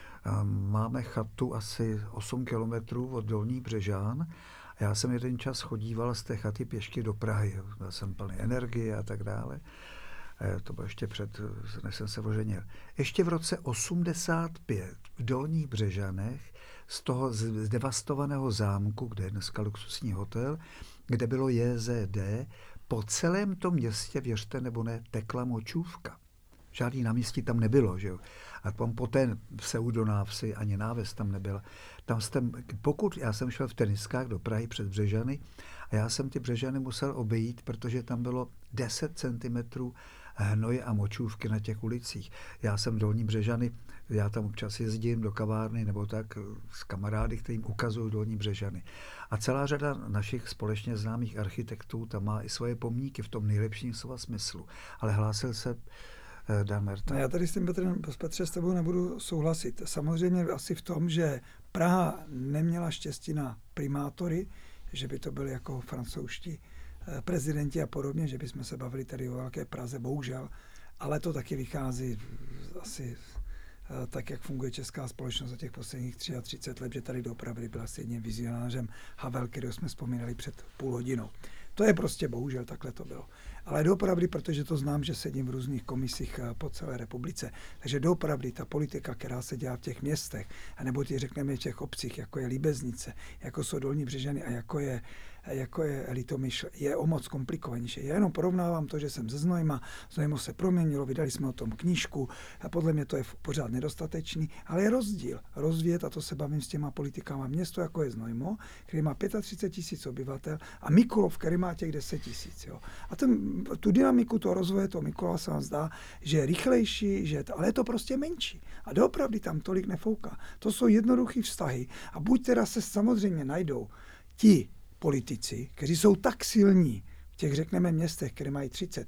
máme chatu asi osm kilometrů od Dolních Břežán. Já jsem jeden čas chodíval z té chaty pěšky do Prahy. Byl jsem plný energie a tak dále. To bylo ještě před, než jsem se oženil. Ještě v roce osmdesát pět v Dolních Břežanech z toho zdevastovaného zámku, kde je dneska luxusní hotel, kde bylo J Z D, po celém tom městě, věřte nebo ne, tekla močůvka. Žádný náměstí tam nebylo, že jo. A po té pseudonávsi ani náves tam nebyla. Tam jste, pokud já jsem šel v teniskách do Prahy přes Břežany a já jsem ty Břežany musel obejít, protože tam bylo deset centimetrů hnoje a močůvky na těch ulicích. Já jsem Dolní Břežany, já tam občas jezdím do kavárny nebo tak s kamarády, kterým ukazují Dolní Břežany. A celá řada našich společně známých architektů tam má i svoje pomníky v tom nejlepším slova smyslu. Ale hlásil se Dan Merta. No já tady s tím, Petrem, Petře, s tebou nebudu souhlasit. Samozřejmě asi v tom, že Praha neměla štěstí na primátory, že by to byli jako francouzští prezidenti a podobně, že bychom se bavili tady o velké Praze, bohužel. Ale to taky vychází asi tak, jak funguje česká společnost za těch posledních třicet let, že tady doopravdy byla s jedním vizionářem Havel, kterého jsme vzpomínali před půl hodinou. To je prostě bohužel, takhle to bylo. Ale doopravdy, protože to znám, že sedím v různých komisích po celé republice, takže doopravdy ta politika, která se dělá v těch městech, anebo ty řekneme v těch obcích, jako je Líbeznice, jako jsou Dolní Břežany a jako je, jako je Litomyšl, je o moc komplikovanější. Já jenom porovnávám to, že jsem ze Znojma, Znojmo se proměnilo, vydali jsme o tom knížku, a podle mě to je pořád nedostatečný, ale je rozdíl. Rozvíjet, a to se bavím s těma politikama, město jako je Znojmo, který má třicet pět tisíc obyvatel, a Mikulov, který má těch deset tisíc. A ten, tu dynamiku toho rozvoje toho Mikulova se vám zdá, že je rychlejší, že je to, ale je to prostě menší. A doopravdy tam tolik nefouká. To jsou jednoduché vztahy. A buď teda se samozřejmě najdou ti politici, kteří jsou tak silní v těch, řekneme, městech, které mají třicet,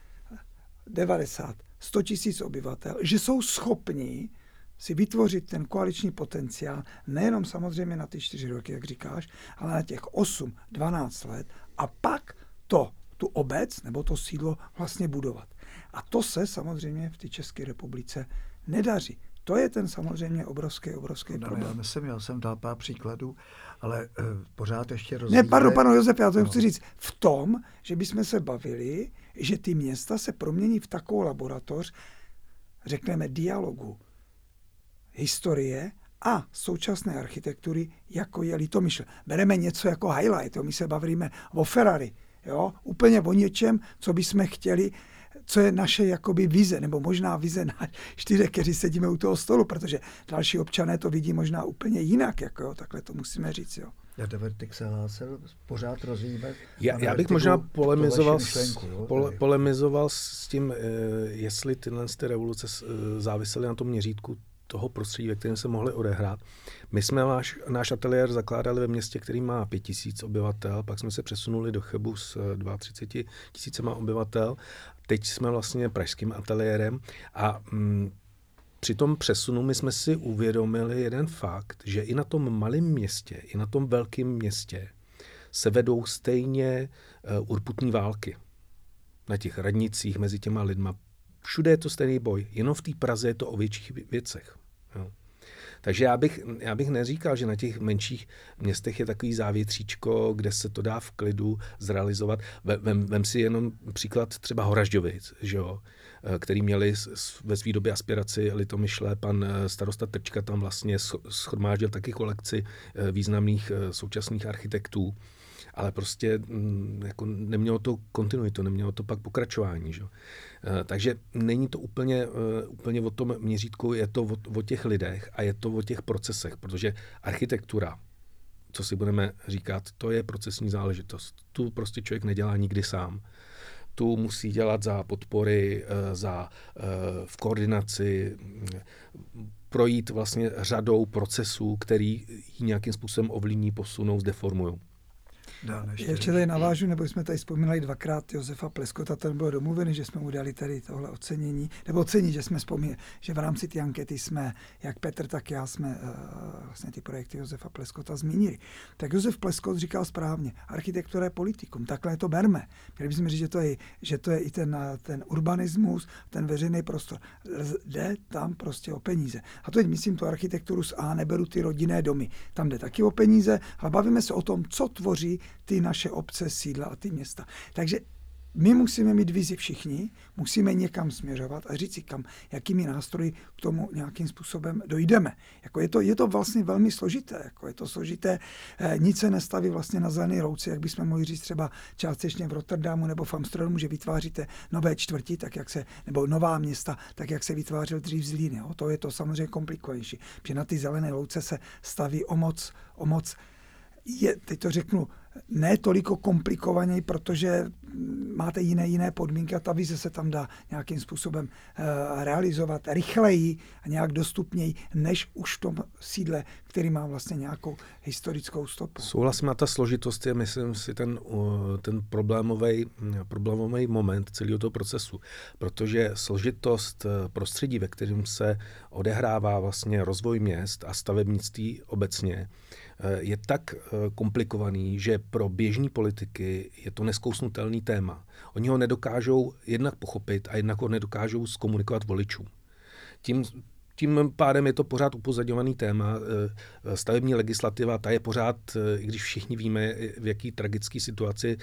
devadesát, sto tisíc obyvatel, že jsou schopní si vytvořit ten koaliční potenciál nejenom samozřejmě na ty čtyři roky, jak říkáš, ale na těch osm, dvanáct let a pak to, tu obec nebo to sídlo vlastně budovat. A to se samozřejmě v té České republice nedaří. To je ten samozřejmě obrovský, obrovský no, problém. Já myslím, já jsem dal pár příkladů, ale uh, pořád ještě rozvíjíme. Ne, pardon, pardon, Josef, já to no. chci říct. V tom, že bychom se bavili, že ty města se promění v takovou laboratoř, řekneme, dialogu, historie a současné architektury, jako je Litomyšl. Bereme něco jako highlight, jo? My se bavíme o Ferrari, jo? Úplně o něčem, co bychom chtěli, co je naše jakoby vize, nebo možná vize na čtyřech, kteří sedíme u toho stolu, protože další občané to vidí možná úplně jinak, jako jo? Takhle to musíme říct. Jo? Já Divertik se hlásil, pořád rozvíjíme. Já, já bych možná polemizoval, myšlenku, jo, pole, polemizoval s tím, jestli tyhle ty revoluce závisely na tom měřítku toho prostředí, ve kterém se mohly odehrát. My jsme náš, náš ateliér zakládali ve městě, který má pět tisíc obyvatel, pak jsme se přesunuli do Chebu s třicet dva tisícema obyvatel. Teď jsme vlastně pražským ateliérem a mm, při tom přesunu my jsme si uvědomili jeden fakt, že i na tom malém městě, i na tom velkém městě se vedou stejně uh, urputní války. na těch radnicích, mezi těma lidma. Všude je to stejný boj, jenom v té Praze je to o větších věcech. Jo. Takže já bych, já bych neříkal, že na těch menších městech je takový závětříčko, kde se to dá v klidu zrealizovat. Vem, vem si jenom příklad třeba Horažďovic, že jo, který měli ve své době aspiraci litomyšle. Pan starosta Trčka tam vlastně shromáždil taky kolekci významných současných architektů, ale prostě jako nemělo to kontinuitu, nemělo to pak pokračování. Že? Takže není to úplně, úplně o tom měřítku, je to o, o těch lidech a je to o těch procesech, protože architektura, co si budeme říkat, to je procesní záležitost. Tu prostě člověk nedělá nikdy sám. Tu musí dělat za podpory, za v koordinaci, projít vlastně řadou procesů, který ji nějakým způsobem ovlivní, posunou, zdeformují. Ještě tady navážu, nebo jsme tady vzpomínali dvakrát Josefa Pleskota, ten byl domluvený, že jsme mu dali tady tohle ocenění, nebo ocení, že jsme vzpomínali, že v rámci té ankety jsme, jak Petr, tak já jsme uh, vlastně ty projekty Josefa Pleskota zmínili. Tak Josef Pleskot říkal správně, architektura je politikum, takhle to berme. Měli bychom říct, že to je, že to je i ten, ten urbanismus, ten veřejný prostor. Jde tam prostě o peníze. A to je, myslím, tu architekturu z A, neberu ty rodinné domy. Tam jde taky o peníze, ale bavíme se o tom, co tvoří ty naše obce, sídla a ty města. Takže my musíme mít vizi všichni, musíme někam směřovat a říct si, kam, jakými nástroji k tomu nějakým způsobem dojdeme. Jako je, to, je to vlastně velmi složité. Jako je to složité, eh, nic se nestaví vlastně na zelené louce, jak bychom mohli říct třeba částečně v Rotterdamu nebo v Amsterdamu, že vytváříte nové čtvrti, tak jak se, nebo nová města, tak jak se vytvářel dřív Zlín. Jo? To je to samozřejmě komplikovanější, protože na ty zelené louce se staví o moc, o moc je, teď to řeknu, ne toliko komplikovaněji, protože máte jiné jiné podmínky a ta vize se tam dá nějakým způsobem uh, realizovat rychleji a nějak dostupněji, než už v tom sídle, který má vlastně nějakou historickou stopu. Souhlasím, a ta složitost je, myslím si, ten, ten problémový problémový moment celého toho procesu, protože složitost prostředí, ve kterém se odehrává vlastně rozvoj měst a stavebnictví obecně, je tak komplikovaný, že pro běžní politiky je to neskousnutelný téma. Oni ho nedokážou jednak pochopit a jednak ho nedokážou zkomunikovat voličům. Tím Tím pádem je to pořád upozorňovaný téma. Stavební legislativa, ta je pořád, i když všichni víme, v jaký tragické situaci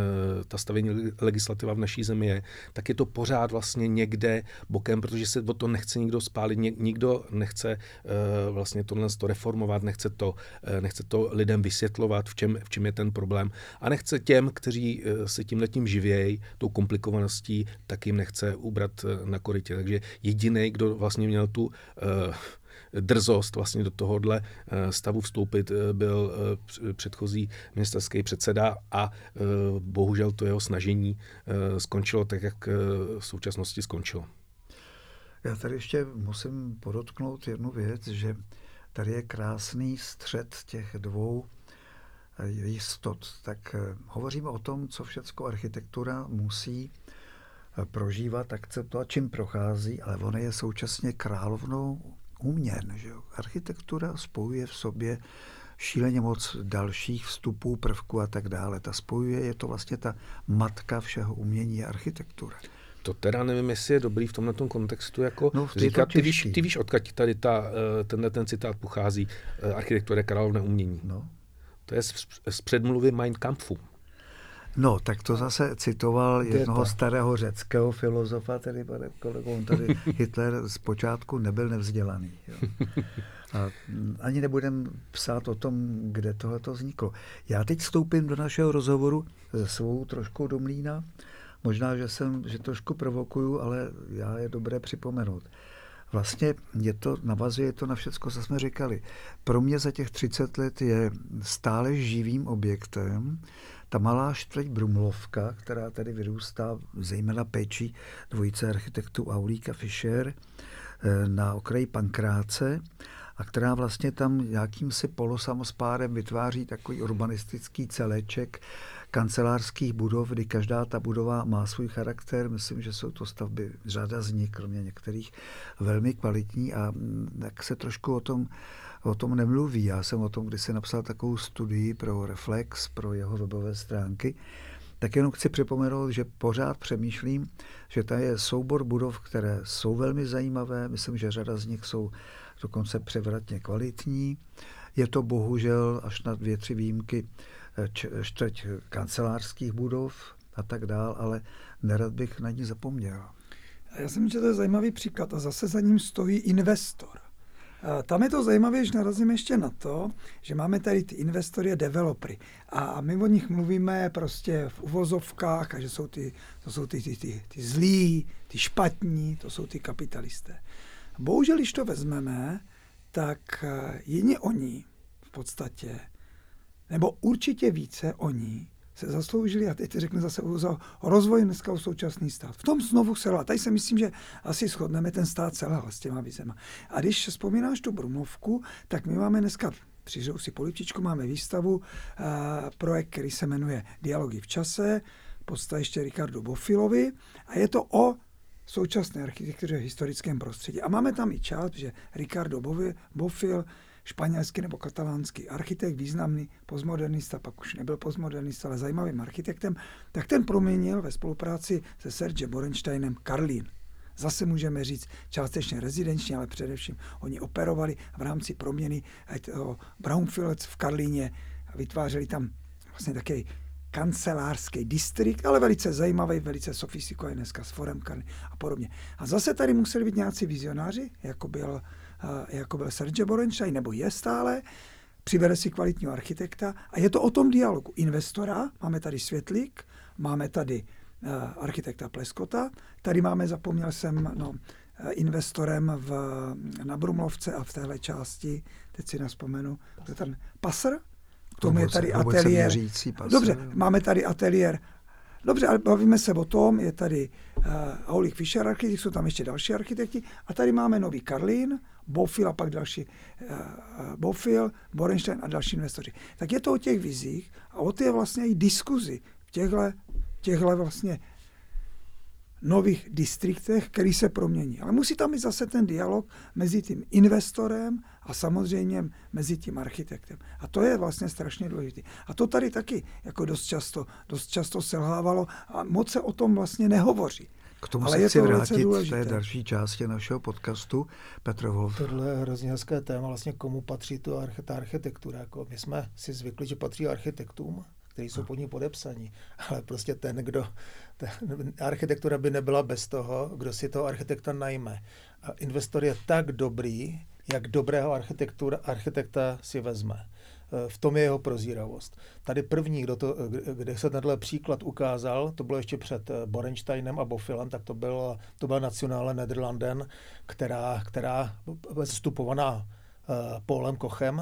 ta stavební legislativa v naší zemi je, tak je to pořád vlastně někde bokem, protože se o to nechce nikdo spálit, nikdo nechce vlastně tohle to reformovat, nechce to, nechce to lidem vysvětlovat, v čem, v čem je ten problém. A nechce těm, kteří se tímhletím živějí, tou komplikovaností, tak jim nechce ubrat na korytě. Takže jediný, kdo vlastně měl tu drzost vlastně do tohohle stavu vstoupit, byl předchozí ministerský předseda a bohužel to jeho snažení skončilo tak, jak v současnosti skončilo. Já tady ještě musím podotknout jednu věc, že tady je krásný střed těch dvou jistot. Tak hovoříme o tom, co všecko architektura musí prožívat, akceptovat, čím prochází, ale ono je současně královnou uměn. Že jo? Architektura spojuje v sobě šíleně moc dalších vstupů, prvků a tak dále. Ta spojuje, je to vlastně ta matka všeho umění, je architektura. To teda nevím, jestli je dobrý v tomto kontextu jako no, říkat, ty víš, ty víš, odkud tady ta, tenhle ten citát pochází, architektura je královna umění. No. To je z, z předmluvy Mein Kampfu. No, tak to zase citoval jednoho starého řeckého filozofa, tedy pane kolego, on tady Hitler zpočátku nebyl nevzdělaný. Jo. A ani nebudem psát o tom, kde tohleto vzniklo. Já teď vstoupím do našeho rozhovoru se svou trošku do mlýna. Možná, že jsem, že trošku provokuju, ale já je dobré připomenout. Vlastně je to, navazuje to na všecko, co jsme říkali. Pro mě za těch třicet let je stále živým objektem ta malá čtvrť Brumlovka, která tady vyrůstá zejména péčí dvojice architektů Aulík a Fischer na okraji Pankráce a která vlastně tam nějakým si polosamospádem vytváří takový urbanistický celeček kancelářských budov, kdy každá ta budova má svůj charakter. Myslím, že jsou to stavby, řada z nich, kromě některých, velmi kvalitní a tak se trošku o tom, o tom nemluví. Já jsem o tom kdysi napsal takovou studii pro Reflex, pro jeho webové stránky. Tak jenom chci připomenout, že pořád přemýšlím, že to je soubor budov, které jsou velmi zajímavé. Myslím, že řada z nich jsou dokonce převratně kvalitní. Je to bohužel až na dvě, tři výjimky čtvrť kancelářských budov a tak dál, ale nerad bych na ní zapomněl. Já si myslím, že to je zajímavý příklad a zase za ním stojí investor. Tam je to zajímavé, že narazím ještě na to, že máme tady ty investory a developery. A my o nich mluvíme prostě v uvozovkách a že jsou ty, to jsou ty, ty, ty, ty zlí, ty špatní, to jsou ty kapitalisté. Bohužel, když to vezmeme, tak jiní oni v podstatě, nebo určitě více oni, se zasloužili, a teď řeknu zase o rozvoji dneska o současný stát. V tom znovu selhal. Tady si myslím, že asi shodneme, ten stát selhal s těma vizema. A když vzpomínáš tu Brumlovku, tak my máme dneska, při si polivčičku, máme výstavu, uh, projekt, který se jmenuje Dialogy v čase, podstatě ještě Ricardu Bofilovi, a je to o současné architektuře v historickém prostředí. A máme tam i část, že Ricardo Bofil, španělský nebo katalánský architekt, významný postmodernista, pak už nebyl postmodernista, ale zajímavým architektem, tak ten proměnil ve spolupráci se Serge Borensteinem Karlín. Zase můžeme říct částečně rezidenčně, ale především oni operovali v rámci proměny Brownfields v Karlíně a vytvářeli tam vlastně takový kancelářský distrikt, ale velice zajímavý, velice sofistikovaný dneska s forem Karlín a podobně. A zase tady museli být nějací vizionáři, jako byl jako byl Serge Borenstein, nebo je stále, přivede si kvalitního architekta a je to o tom dialogu. Investora, máme tady Světlík, máme tady uh, architekta Pleskota, tady máme, zapomněl jsem, no, investorem v, na Brumlovce a v téhle části, teď si naspomenu, to je ten Passer, k tomu je tady ateliér. Dobře, máme tady ateliér. Dobře, ale bavíme se o tom, je tady uh, Aulich Fischer architekt, jsou tam ještě další architekti a tady máme nový Karlín, Bofil a pak další uh, Bofil, Borenstein a další investoři. Tak je to o těch vizích a o té vlastně i diskuzi v těchto, těchto vlastně nových distriktech, který se promění. Ale musí tam být zase ten dialog mezi tím investorem a samozřejmě mezi tím architektem. A to je vlastně strašně důležité. A to tady taky jako dost často, dost často selhávalo a moc se o tom vlastně nehovoří. K tomu ale se chci vrátit v té další části našeho podcastu. Petr Wolf. Tohle je hrozně hezké téma, vlastně komu patří tu arch- ta architektura. Jako my jsme si zvykli, že patří architektům, kteří jsou pod ní podepsaní. Ale prostě ten, kdo... Ten, architektura by nebyla bez toho, kdo si toho architekta najme. A investor je tak dobrý, jak dobrého architektura, architekta si vezme. V tom je jeho prozíravost. Tady první, kdo to, kde se tenhle příklad ukázal, to bylo ještě před Borensteinem a Bofilem, tak to byl, to byla Nationale Nederlanden, která, která vstupovaná uh, Paulem Kochem.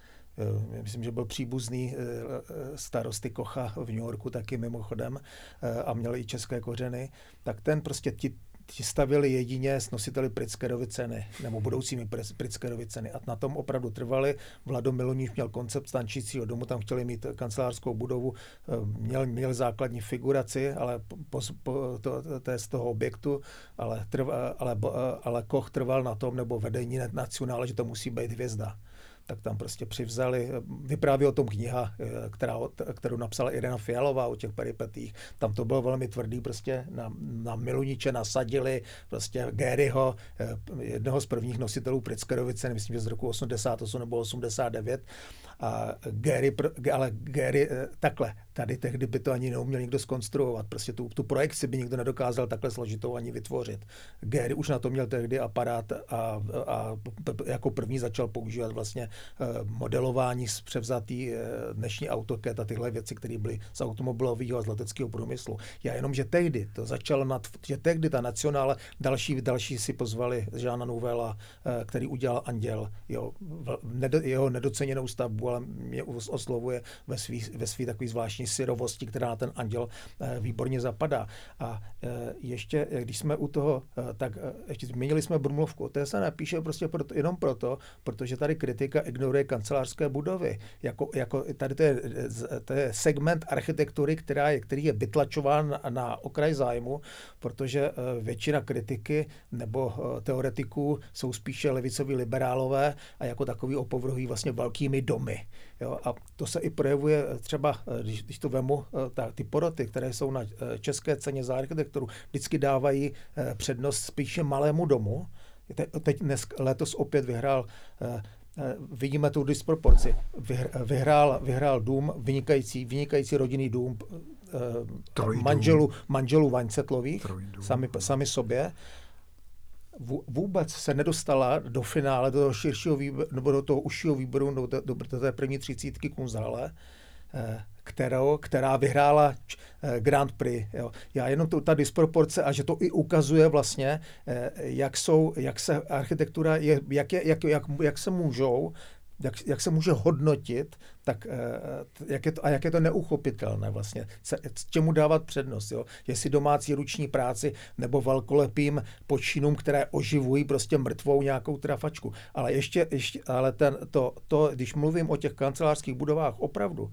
Myslím, že byl příbuzný starosty Kocha v New Yorku taky mimochodem a měl i české kořeny, tak ten prostě ti, ti stavili jedině s nositeli Pritzkerovy ceny, nebo budoucími Pritzkerovy ceny. A na tom opravdu trvali. Vlado Miloníš měl koncept stančícího domu, tam chtěli mít kancelářskou budovu, měl, měl základní figuraci, ale po, po, to, to je z toho objektu, ale, trva, ale, ale Koch trval na tom, nebo vedení Nacionále, že to musí být hvězda. Tak tam prostě přivzali, vypráví o tom kniha, která, kterou napsala Irena Fialová o těch peripetích. Tam to bylo velmi tvrdý, prostě na, na Miluniče nasadili prostě Géryho, jednoho z prvních nositelů Pritzkerovy ceny, myslím, že z roku osmdesát osm nebo osmdesát devět. A Géry, ale Géry takhle, tady tehdy by to ani neuměl nikdo zkonstruovat. Prostě tu, tu projekci by nikdo nedokázal takhle složitou ani vytvořit. Géry už na to měl tehdy aparát a, a jako první začal používat vlastně modelování z převzatý dnešní AutoCAD a tyhle věci, které byly z automobilového a z leteckého průmyslu. Já jenom, že tehdy to začalo, nad, že tehdy ta Nacionále, další, další si pozvali Jeana Nouvella, který udělal Anděl, jeho, jeho nedoceněnou stavbu, ale mě oslovuje ve svý, ve svý takový zvláštní syrovosti, která na ten Anděl výborně zapadá. A ještě, když jsme u toho, tak ještě zmínili jsme Brumlovku. To se nepíše prostě proto, jenom proto, protože tady kritika ignoruje kancelářské budovy. Jako, jako tady to je, to je segment architektury, která je, který je vytlačován na, na okraj zájmu, protože většina kritiky nebo teoretiků jsou spíše levicoví liberálové a jako takový opovrhují vlastně velkými domy domy. Jo, a to se i projevuje třeba, když, když to vemu, ta, ty poroty, které jsou na české ceně za architekturu, vždycky dávají přednost spíše malému domu. Te, teď dnes, letos opět vyhrál, vidíme tu disproporci, vyhrál, vyhrál dům, vynikající, vynikající rodinný dům manželů, manželů Vaňcetlových, sami, sami sobě. Vůbec se nedostala do finále, do toho širšího výběru, nebo do toho užšího výběru, do, do, do té první třicítky Kunsthalle, kterou, která vyhrála Grand Prix. Jo. Já jenom tu, ta disproporce, a že to i ukazuje vlastně, jak, jsou, jak se architektura, je, jak, je, jak, jak, jak se můžou Jak, jak se může hodnotit, tak jak je to, a jak je to neuchopitelné vlastně, čemu dávat přednost, jo? Jestli domácí ruční práci nebo velkolepým počinům, které oživují prostě mrtvou nějakou trafačku. Ale ještě, ještě ale ten, to, to, když mluvím o těch kancelářských budovách, opravdu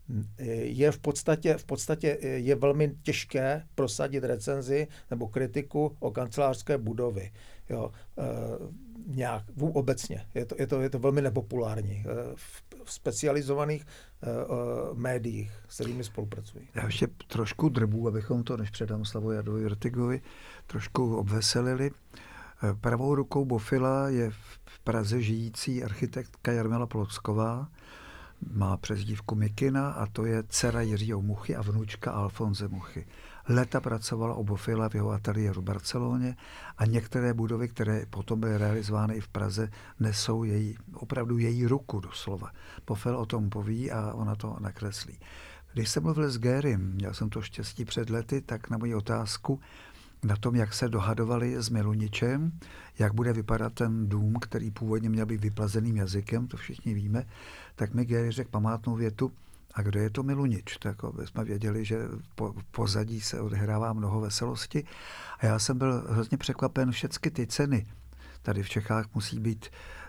je v podstatě, v podstatě je velmi těžké prosadit recenzi nebo kritiku o kancelářské budovy. Jo, e, nějak, obecně. Je to, je, to, je to velmi nepopulární v, v specializovaných e, médiích, s kterými spolupracují. Já ještě trošku drbu, abychom to, než předám slovo Jadovi Vrtygovi, trošku obveselili. Pravou rukou Bofila je v Praze žijící architektka Jarmila Plocková, má přezdívku Mikina a to je dcera Jiřího Muchy a vnučka Alfonse Muchy. Leta pracovala u Bofila v jeho ateliéru v Barceloně a některé budovy, které potom byly realizovány i v Praze, nesou její, opravdu její ruku doslova. Bofil o tom poví a ona to nakreslí. Když jsem mluvil s Gérym, měl jsem to štěstí před lety, tak na moji otázku na tom, jak se dohadovali s Miluničem, jak bude vypadat ten dům, který původně měl být vyplazeným jazykem, to všichni víme, tak mi Géry řekl památnou větu, a kdo je to Milunič? Tak jsme věděli, že po pozadí se odehrává mnoho veselosti a já jsem byl hrozně překvapen, všechny ty ceny. Tady v Čechách musí být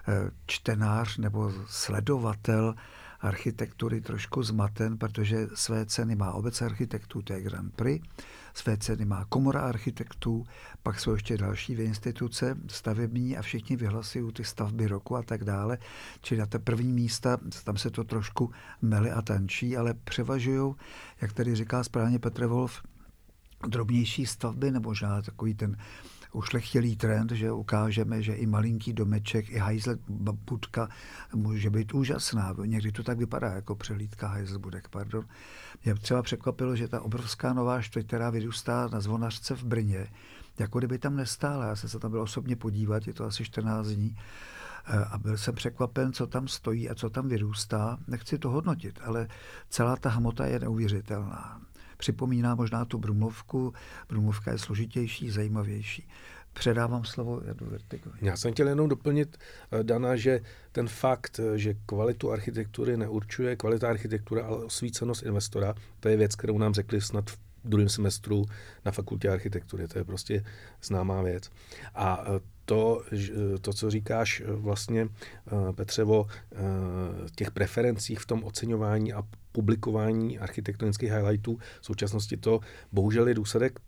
čtenář nebo sledovatel architektury trošku zmaten, protože své ceny má obec architektů, to je Grand Prix, své ceny má komora architektů, pak jsou ještě další instituce stavební a všichni vyhlasují ty stavby roku a tak dále. Čili na té první místa, tam se to trošku mele a tančí, ale převažují, jak tady říká správně Petr Wolf, drobnější stavby, nebo možná takový ten ušlechtilý trend, že ukážeme, že i malinký domeček, i hajzle budka může být úžasná. Někdy to tak vypadá, jako přehlídka hajzle budek, pardon. Mě třeba překvapilo, že ta obrovská nová čtvrť, která vyrůstá na Zvonařce v Brně, jako kdyby tam nestála. Já jsem se tam byl osobně podívat, je to asi čtrnáct dní, a byl jsem překvapen, co tam stojí a co tam vyrůstá. Nechci to hodnotit, ale celá ta hmota je neuvěřitelná. Připomíná možná tu Brumlovku. Brumlovka je složitější, zajímavější. Předávám slovo Jadu Vrtygovi. Já jsem chtěl jenom doplnit, Dana, že ten fakt, že kvalitu architektury neurčuje kvalita architektury, ale osvícenost investora, to je věc, kterou nám řekli snad v druhém semestru na fakultě architektury. To je prostě známá věc. A to, to co říkáš vlastně, Petřevo, těch preferencích v tom oceňování a publikování architektonických highlightů, v současnosti to bohužel je důsledek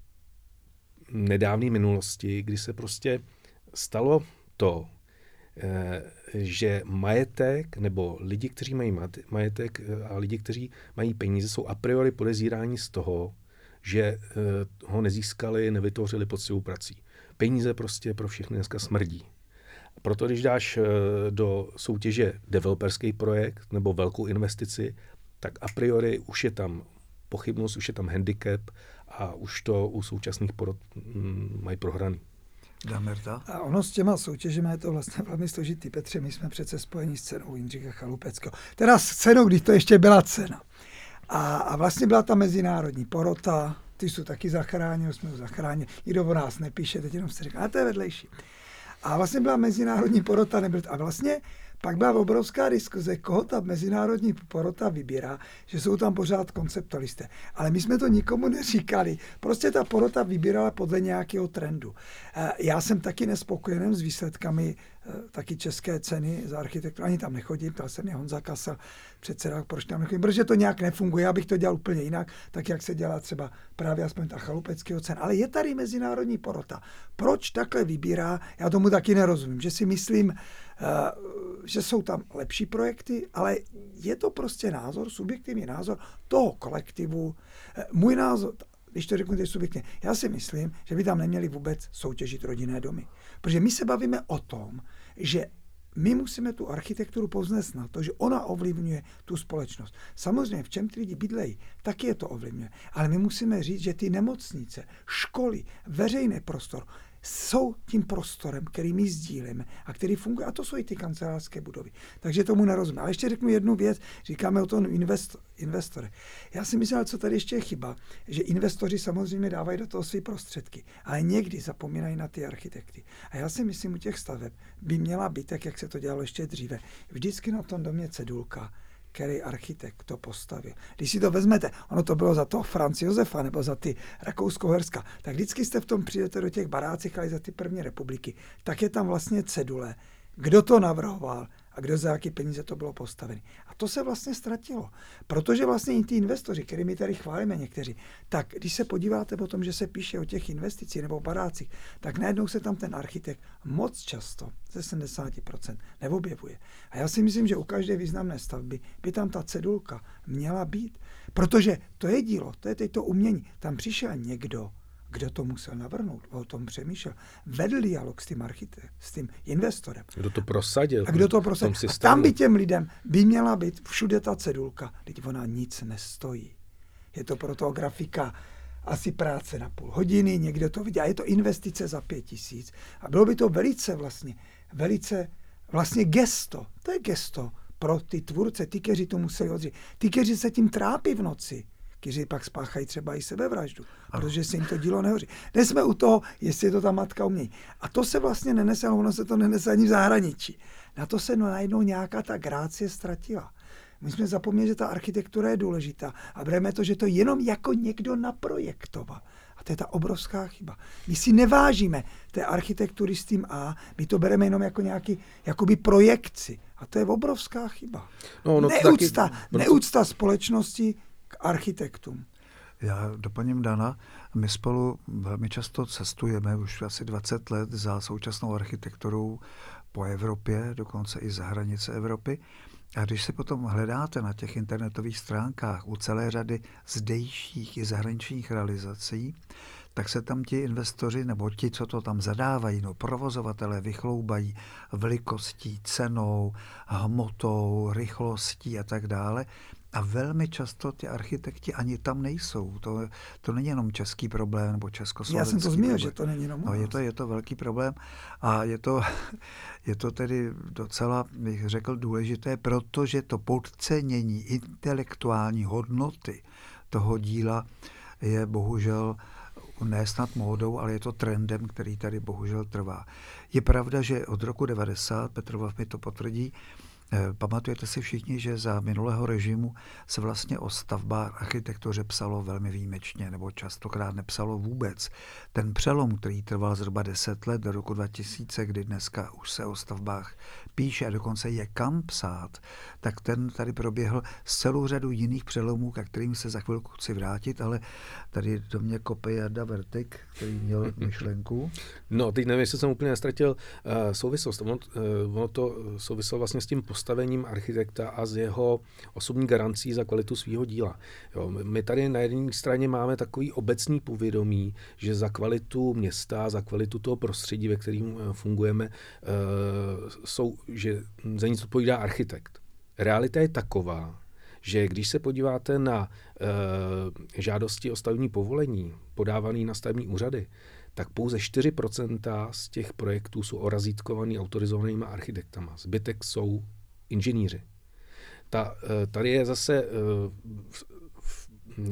nedávné minulosti, kdy se prostě stalo to, že majetek nebo lidi, kteří mají majetek a lidi, kteří mají peníze, jsou a priori podezíráni z toho, že ho nezískali, nevytvořili poctivou prací. Peníze prostě pro všechny dneska smrdí. Proto když dáš do soutěže developerský projekt nebo velkou investici, tak a priori už je tam pochybnost, už je tam handicap a už to u současných porod mají prohraný. Damerta? A ono s těma soutěžemi je to vlastně velmi složitý. Petře, my jsme přece spojení s cenou Jindřicha Chalupeckého. Teda s cenou, když to ještě byla cena. A, a vlastně byla ta mezinárodní porota, ty jsou taky zachránili, jsme ho zachránili, nikdo o nás nepíše, teď jenom se říká, a to je vedlejší. A vlastně byla mezinárodní porota, nebyl, a vlastně pak byla obrovská diskuze, koho ta mezinárodní porota vybírá, že jsou tam pořád konceptualisté. Ale my jsme to nikomu neříkali. Prostě ta porota vybírala podle nějakého trendu. Já jsem taky nespokojený s výsledkami taky české ceny za architekturu. Ani tam nechodím, ptal se mě Honza Kasel, předseda, proč tam nechodím, protože to nějak nefunguje, já bych to dělal úplně jinak, tak jak se dělá třeba právě aspoň ta chalupeckého cen. Ale je tady mezinárodní porota. Proč takhle vybírá? Já tomu taky nerozumím, že si myslím, že jsou tam lepší projekty, ale je to prostě názor, subjektivní názor toho kolektivu. Můj názor, když to řeknu teď subjektně, já si myslím, že by tam neměli vůbec soutěžit rodinné domy. Protože my se bavíme o tom, že my musíme tu architekturu povznést na to, že ona ovlivňuje tu společnost. Samozřejmě, v čem ty lidi bydlejí, taky je to ovlivňuje. Ale my musíme říct, že ty nemocnice, školy, veřejný prostor jsou tím prostorem, který my sdílíme a který funguje. A to jsou i ty kancelářské budovy. Takže tomu nerozumím. Ale ještě řeknu jednu věc. Říkáme o tom investor, investore. Já si myslím, co tady ještě je chyba, že investoři samozřejmě dávají do toho své prostředky, ale někdy zapomínají na ty architekty. A já si myslím, u těch staveb by měla být, tak jak se to dělalo ještě dříve, vždycky na tom domě cedulka, který architekt to postavil. Když si to vezmete, ono to bylo za toho Franz Josefa nebo za ty Rakousko-Uherska, tak vždycky jste v tom přijdete do těch barácích, ale za ty první republiky, tak je tam vlastně cedule, kdo to navrhoval a kdo za jaký peníze to bylo postavené. A to se vlastně ztratilo. Protože vlastně i ty investoři, který my tady chválíme někteří, tak když se podíváte po tom, že se píše o těch investicích nebo barácích, tak najednou se tam ten architekt moc často, ze sedmdesát procent, neobjevuje. A já si myslím, že u každé významné stavby by tam ta cedulka měla být. Protože to je dílo, to je teď to umění. Tam přišel někdo, kdo to musel navrhnout, o tom přemýšlel, vedl dialog s tím architektem, s tím investorem. Kdo to prosadil? A kdo to prosadil? A tam by těm lidem by měla být všude ta cedulka, teď ona nic nestojí. Je to pro toho grafika asi práce na půl hodiny, někdo to vidí, a je to investice za pět tisíc. A bylo by to velice vlastně, velice vlastně gesto, to je gesto pro ty tvůrce, ty, kteří to museli odříct, ty, kteří se tím trápí v noci, kteří pak spáchají třeba i sebevraždu, protože se jim to dílo nehoří. Dnes jsme u toho, jestli je to ta matka umění. A to se vlastně nenese, ale ono se to nenese ani v zahraničí. Na to se no, najednou nějaká ta grácie ztratila. My jsme zapomněli, že ta architektura je důležitá a bereme to, že to jenom jako někdo naprojektoval. A to je ta obrovská chyba. My si nevážíme té architektury s tím A, my to bereme jenom jako nějaký jakoby projekci. A to je obrovská chyba. No, no neúcta, taky... neúcta společnosti k architektům. Já doplním Dana. My spolu velmi často cestujeme už asi dvacet let za současnou architekturou po Evropě, dokonce i za hranice Evropy. A když si potom hledáte na těch internetových stránkách u celé řady zdejších i zahraničních realizací, tak se tam ti investoři, nebo ti, co to tam zadávají, no provozovatelé vychloubají velikostí, cenou, hmotou, rychlostí a tak dále. A velmi často ty architekti ani tam nejsou. To, to není jenom český problém nebo československý. Já jsem to zmínil, že to není jenom. No, je to, je to velký problém a je to, je to tedy docela, bych řekl, důležité, protože to podcenění intelektuální hodnoty toho díla je bohužel ne snad módou, ale je to trendem, který tady bohužel trvá. Je pravda, že od roku devadesát, Petr Wolf mi to potvrdí, pamatujete si všichni, že za minulého režimu se vlastně o stavbách architektuře psalo velmi výjimečně, nebo častokrát nepsalo vůbec. Ten přelom, který trval zhruba deset let do roku dva tisíce, kdy dneska už se o stavbách píše a dokonce je kam psát, tak ten tady proběhl s celou řadu jiných přelomů, ke kterým se za chvilku chci vrátit, ale tady do mě kope Jarda Vertik, který měl myšlenku. No, teď nevím, jestli jsem úplně nestratil uh, souvislost. Ono, uh, ono to souviselo vlastně s tím postavením architekta a z jeho osobní garancí za kvalitu svého díla. Jo, my tady na jedné straně máme takový obecný povědomí, že za kvalitu města, za kvalitu toho prostředí, ve kterém fungujeme, uh, jsou, že za nic odpovídá architekt. Realita je taková, že když se podíváte na uh, žádosti o stavební povolení podávané na stavební úřady, tak pouze čtyři procenta z těch projektů jsou orazítkovaný autorizovanými architektama. Zbytek jsou inženýři. Ta, tady je zase v, v,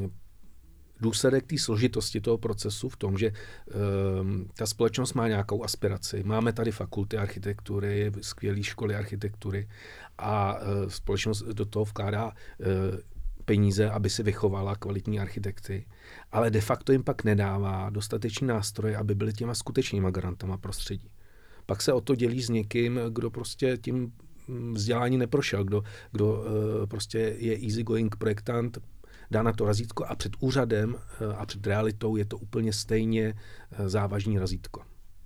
důsledek té složitosti toho procesu v tom, že um, ta společnost má nějakou aspiraci. Máme tady fakulty architektury, skvělé školy architektury a uh, společnost do toho vkládá uh, peníze, aby si vychovala kvalitní architekty, ale de facto jim pak nedává dostatečný nástroj, aby byli těma skutečnýma garantama prostředí. pak se o to dělí s někým, kdo prostě tím vzdělání neprošel, kdo, kdo prostě je easygoing projektant, dá na to razítko a před úřadem a před realitou je to úplně stejně závažný razítko.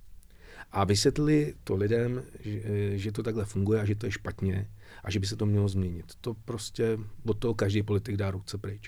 A vysvětlili to lidem, že, že to takhle funguje a že to je špatně a že by se to mělo změnit. To prostě od toho každý politik dá ruce pryč.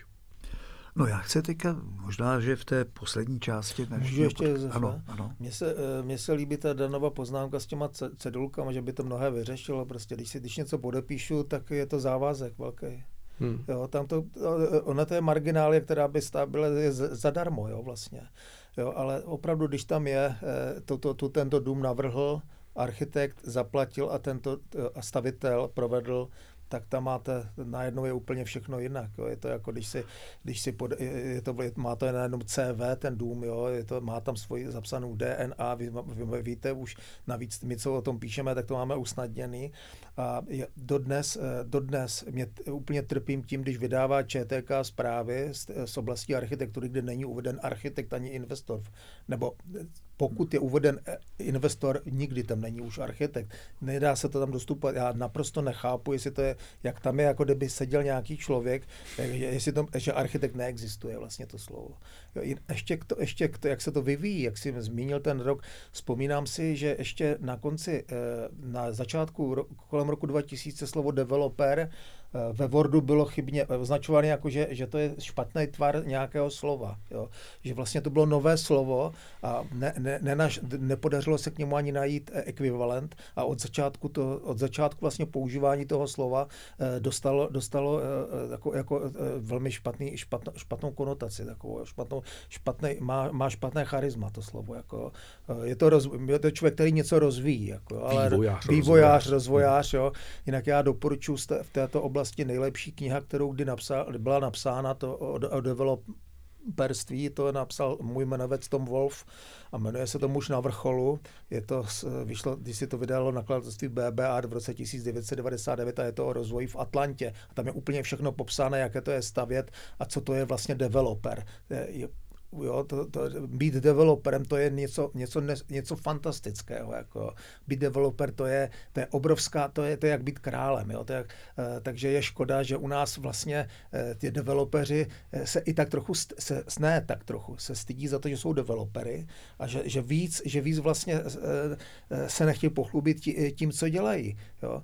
No já chci teďka, možná, že v té poslední části... Můžu ještě pod... Ano, ano. Mně se, mně se líbí ta Danova poznámka s těma cedulkama, že by to mnohé vyřešilo. Prostě když si když něco podepíšu, tak je to závazek velký. Hmm. Jo, tam to, ona to je marginálie, která by byla zadarmo, jo, vlastně. Jo, ale opravdu, když tam je, to, to, to, tento dům navrhl, architekt zaplatil a tento a stavitel provedl, tak tam máte, najednou je úplně všechno jinak. Jo. Je to jako, když si, když si pod, je to, má to najednou C V, ten dům, jo. Je to, má tam svoji zapsanou D N A, vy, vy víte už, navíc my, co o tom píšeme, tak to máme usnadněný. A je, dodnes, dodnes mě úplně trpím tím, když vydává ČTK zprávy z, z oblasti architektury, kde není uveden architekt ani investor. Nebo pokud je uveden investor, nikdy tam není už architekt. Nedá se to tam dostupovat. Já naprosto nechápu, jestli to je, jak tam je, jako kdyby seděl nějaký člověk, jestli to, že architekt neexistuje, vlastně to slovo. Jo, ještě, to, ještě to, jak se to vyvíjí, jak jsi zmínil ten rok, vzpomínám si, že ještě na konci, na začátku kolem roku dva tisíce slovo developer ve Wordu bylo chybně označované jako, že, že to je špatný tvar nějakého slova. Jo. Že vlastně to bylo nové slovo a ne, ne, nenaš, nepodařilo se k němu ani najít ekvivalent a od začátku, to, od začátku vlastně používání toho slova dostalo, dostalo jako, jako velmi špatný, špatnou, špatnou konotaci. Takovou, špatnou, špatný, má, má špatné charisma to slovo. Jako, je, to roz, je to člověk, který něco rozvíjí. Jako, ale vývojář, vývojář, rozvojář. Jo. Jinak já doporučuji v této oblasti nejlepší kniha, kterou kdy napsal, byla napsána to o, o developerství, to napsal můj jmenovec Tom Wolf a jmenuje se to Muž na vrcholu. Je to, vyšlo, když si to vydalo nakladatelství B B Art v roce tisíc devět set devadesát devět a je to o rozvoji v Atlantě. A tam je úplně všechno popsáno, jaké to je stavět a co to je vlastně developer. Je, Jo, to, to, být developerem, to je něco, něco, něco fantastického. Jako. Být developer, to je, to je obrovská, to je, to je jak být králem. Jo. To je, eh, takže je škoda, že u nás vlastně eh, ty developeři se i tak trochu, se, ne tak trochu, se stydí za to, že jsou developery a že, že, víc, že víc vlastně eh, se nechtějí pochlubit tím, co dělají. Jo.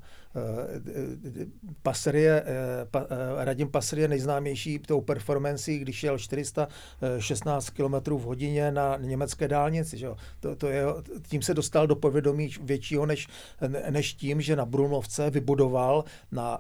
Passerie, pa, Radim Passer je nejznámější tou performancí, když jel čtyři sta šestnáct kilometrů v hodině na německé dálnici. Že jo? To, to je, tím se dostal do povědomí většího než, než tím, že na Brunovce vybudoval na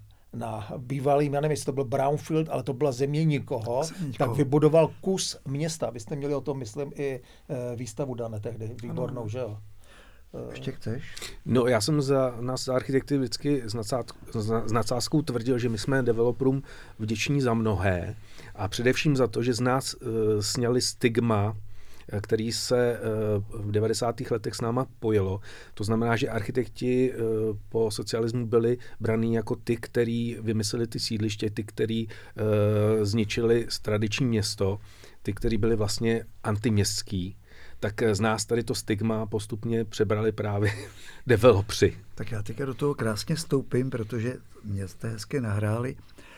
na bývalým, já nevím, jestli to byl Brownfield, ale to byla země nikoho, tak vybudoval kus města. Vy jste měli o tom, myslím, i výstavu dané tehdy, výbornou, ano. Že jo? Ještě chceš? No, já jsem za nás za architekty vždycky s, nadsát, s nadsázkou tvrdil, že my jsme developerům vděční za mnohé a především za to, že z nás uh, sněli stigma, který se uh, v devadesátých letech s náma pojilo. To znamená, že architekti uh, po socialismu byli braní jako ty, kteří vymysleli ty sídliště, ty, kteří uh, zničili tradiční město, ty, kteří byli vlastně antiměstský. Tak z nás tady to stigma postupně přebrali právě developři. Tak já teďka do toho krásně vstoupím, protože mě jste hezky nahráli.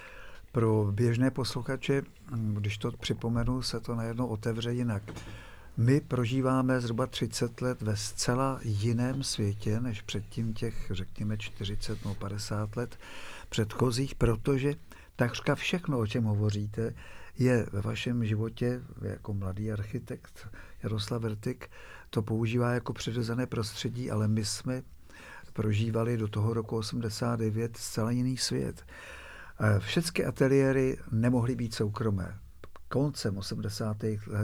Pro běžné posluchače, když to připomenu, se to najednou otevře jinak. My prožíváme zhruba třicet let ve zcela jiném světě, než předtím těch, řekněme, čtyřicet nebo padesát let předchozích, protože takřka všechno, o čem hovoříte, je ve vašem životě jako mladý architekt Jaroslav Vrtik, to používá jako přirozené prostředí, ale my jsme prožívali do toho roku osmdesát devět zcela jiný svět. Všechny ateliéry nemohly být soukromé. Koncem osmdesátých let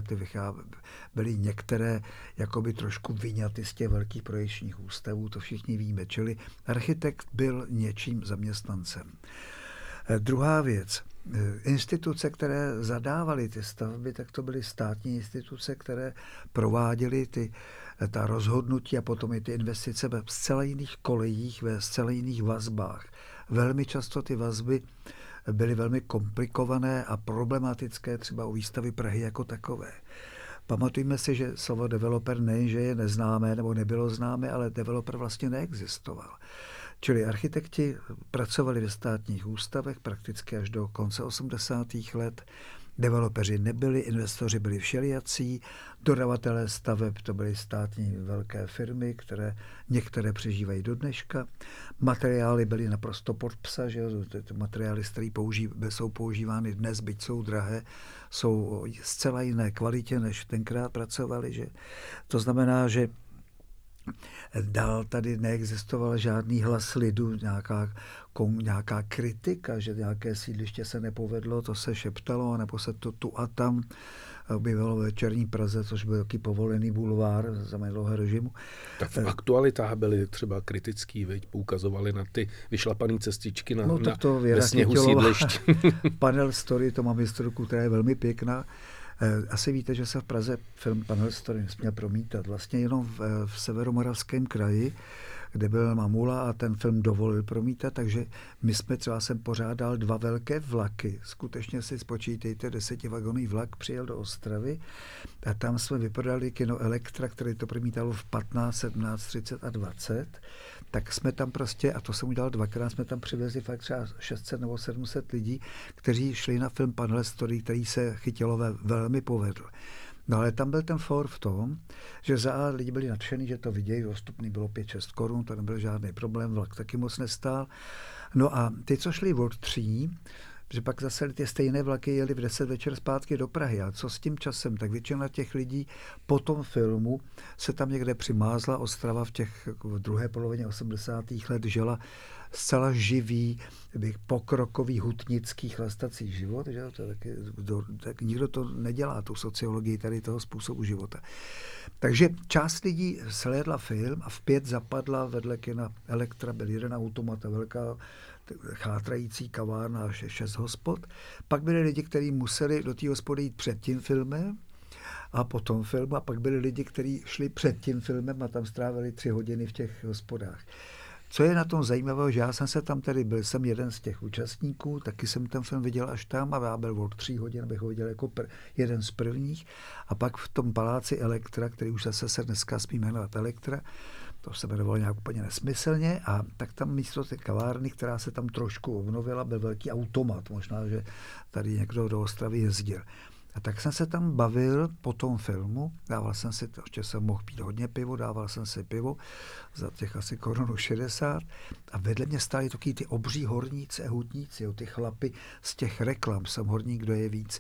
byly některé jakoby trošku vyňaty z těch velkých projekčních ústavů, to všichni víme, čili architekt byl něčím zaměstnancem. Druhá věc, instituce, které zadávaly ty stavby, tak to byly státní instituce, které prováděly ty, ta rozhodnutí a potom i ty investice ve zcela jiných kolejích, ve zcela jiných vazbách. Velmi často ty vazby byly velmi komplikované a problematické třeba u výstavy Prahy jako takové. Pamatujme si, že slovo developer ne, že je neznámé nebo nebylo známé, ale developer vlastně neexistoval. Čili architekti pracovali ve státních ústavech prakticky až do konce osmdesátých let. Developeři nebyli, investoři byli všelijací, dodavatelé staveb to byly státní velké firmy, které některé přežívají do dneška. Materiály byly naprosto pod psa, že jo? Ty materiály, které použí, jsou používány dnes, byť jsou drahé, jsou zcela jiné kvalitě, než tenkrát pracovali. Že? To znamená, že dál tady neexistoval žádný hlas lidu, nějaká, nějaká kritika, že nějaké sídliště se nepovedlo, to se šeptalo, nebo se to tu a tam objevilo ve Černí Praze, což byl taky povolený bulvár za minulého režimu. Tak v aktualitách byli třeba kritický, veď poukazovali na ty vyšlapané cestičky na, no, na to ve sněhu sídlišť. Panel Story, to mám historku, která je velmi pěkná. Asi víte, že se v Praze film Panel Story nesměl promítat. Vlastně jenom v, v Severomoravském kraji, kde byl Mamula a ten film dovolil promítat, takže my jsme třeba jsem pořádal dva velké vlaky. Skutečně si spočítejte, desetivagonový vlak přijel do Ostravy a tam jsme vyprodali kino Elektra, který to promítalo v patnáct, sedmnáct, třicet a dvacet. Tak jsme tam prostě, a to jsem udělal dvakrát, jsme tam přivezli fakt třeba šest set nebo sedm set lidí, kteří šli na film Panel Story, který se Chytilové velmi povedl. No ale tam byl ten for v tom, že za A lidi byli nadšení, že to vidějí, dostupný bylo pět šest korun, to nebyl žádný problém, vlak taky moc nestál. No a ty, co šli od tří, že pak zase ty stejné vlaky jeli v deset večer zpátky do Prahy. A co s tím časem? Tak většina těch lidí po tom filmu se tam někde přimázla. Ostrava v těch v druhé polovině osmdesátých let žila zcela živý, pokrokový, hutnický, chlastací život. Že? To taky, tak nikdo to nedělá, tu sociologii tady toho způsobu života. Takže část lidí slédla film a v pět zapadla vedle kina Elektra, byl jeden automat a velká chátrající kavárna a šest hospod. Pak byli lidi, kteří museli do té hospody jít před tím filmem a potom film, a pak byli lidi, kteří šli před tím filmem a tam strávili tři hodiny v těch hospodách. Co je na tom zajímavého, že já jsem se tam tedy, byl jsem jeden z těch účastníků, taky jsem ten film viděl až tam a já byl od tří hodin, abych ho viděl jako pr- jeden z prvních. A pak v tom paláci Elektra, který už zase se dneska smí jmenovat Elektra, to se jmenovalo nějak úplně nesmyslně, a tak tam místo té kavárny, která se tam trošku obnovila, byl velký automat, možná, že tady někdo do Ostravy jezdil. A tak jsem se tam bavil po tom filmu, dával jsem si, ještě jsem mohl pít hodně pivo, dával jsem si pivo za těch asi korunu šedesát a vedle mě stáli taky ty obří horníci a hutníci, jo, ty chlapy z těch reklam, jsem horník, kdo je víc,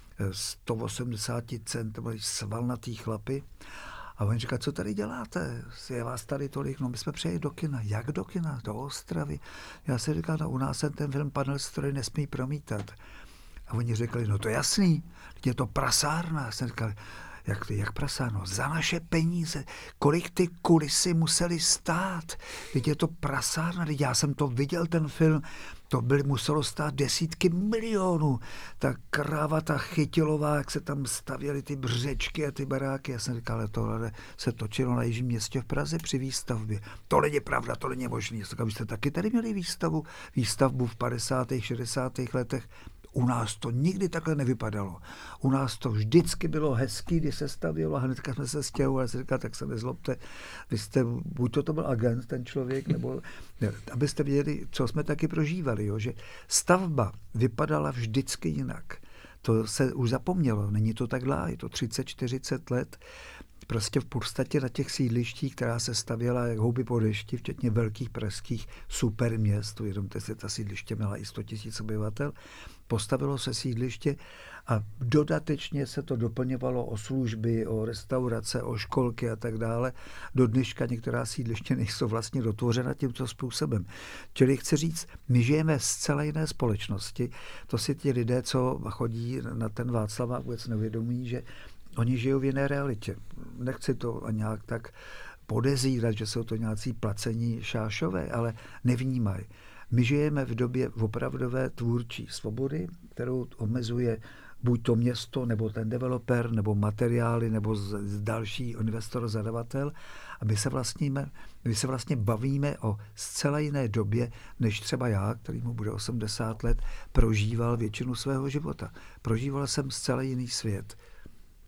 sto osmdesát cent, svalnatý chlapy. A on říká, co tady děláte? Je vás tady tolik? No my jsme přijeli do kina. Jak do kina? Do Ostravy. Já si říkal, no u nás se ten film Panel Story nesmí promítat. A oni řekli, no to jasný, je to prasárna. Já jsem říkal, jak, jak prasárno? Za naše peníze. Kolik ty kulisy museli stát? Teď je to prasárna, teď já jsem to viděl, ten film, to byly, muselo stát desítky milionů. Ta kráva, ta Chytilová, jak se tam stavěly ty břečky a ty baráky. Já jsem říkal, ale tohle se točilo na Jižním Městě v Praze při výstavbě. To není pravda, to není možné. Já říkal, vy jste taky tady měli výstavu, výstavbu v padesátých, šedesátých letech. U nás to nikdy takhle nevypadalo. U nás to vždycky bylo hezký, když se stavělo a hnedka jsme se stěhovali. Já si říkal, tak se nezlobte, vy jste, buď to, to byl agent, ten člověk, nebo ne, abyste věděli, co jsme taky prožívali, jo, že stavba vypadala vždycky jinak. To se už zapomnělo, není to tak dlouho, je to třicet čtyřicet let. Prostě v podstatě na těch sídlištích, která se stavěla jak houby po dešti, včetně velkých pražských superměst, uvědomte si, ta sídliště měla i sto tisíc obyvatel, postavilo se sídliště a dodatečně se to doplňovalo o služby, o restaurace, o školky a tak dále. Do dneška některá sídliště nejsou vlastně dotvořena tímto způsobem. Čili chci říct, my žijeme v zcela jiné společnosti. To si ti lidé, co chodí na ten Václavák, vůbec neuvědomí, že oni žijou v jiné realitě. Nechci to nějak tak podezírat, že jsou to nějací placení šášové, ale nevnímají. My žijeme v době opravdové tvůrčí svobody, kterou omezuje buď to město, nebo ten developer, nebo materiály, nebo z, z další investor, zadavatel. A my se, vlastně, my se vlastně bavíme o zcela jiné době, než třeba já, který mu bude osmdesát let, prožíval většinu svého života. Prožíval jsem zcela jiný svět.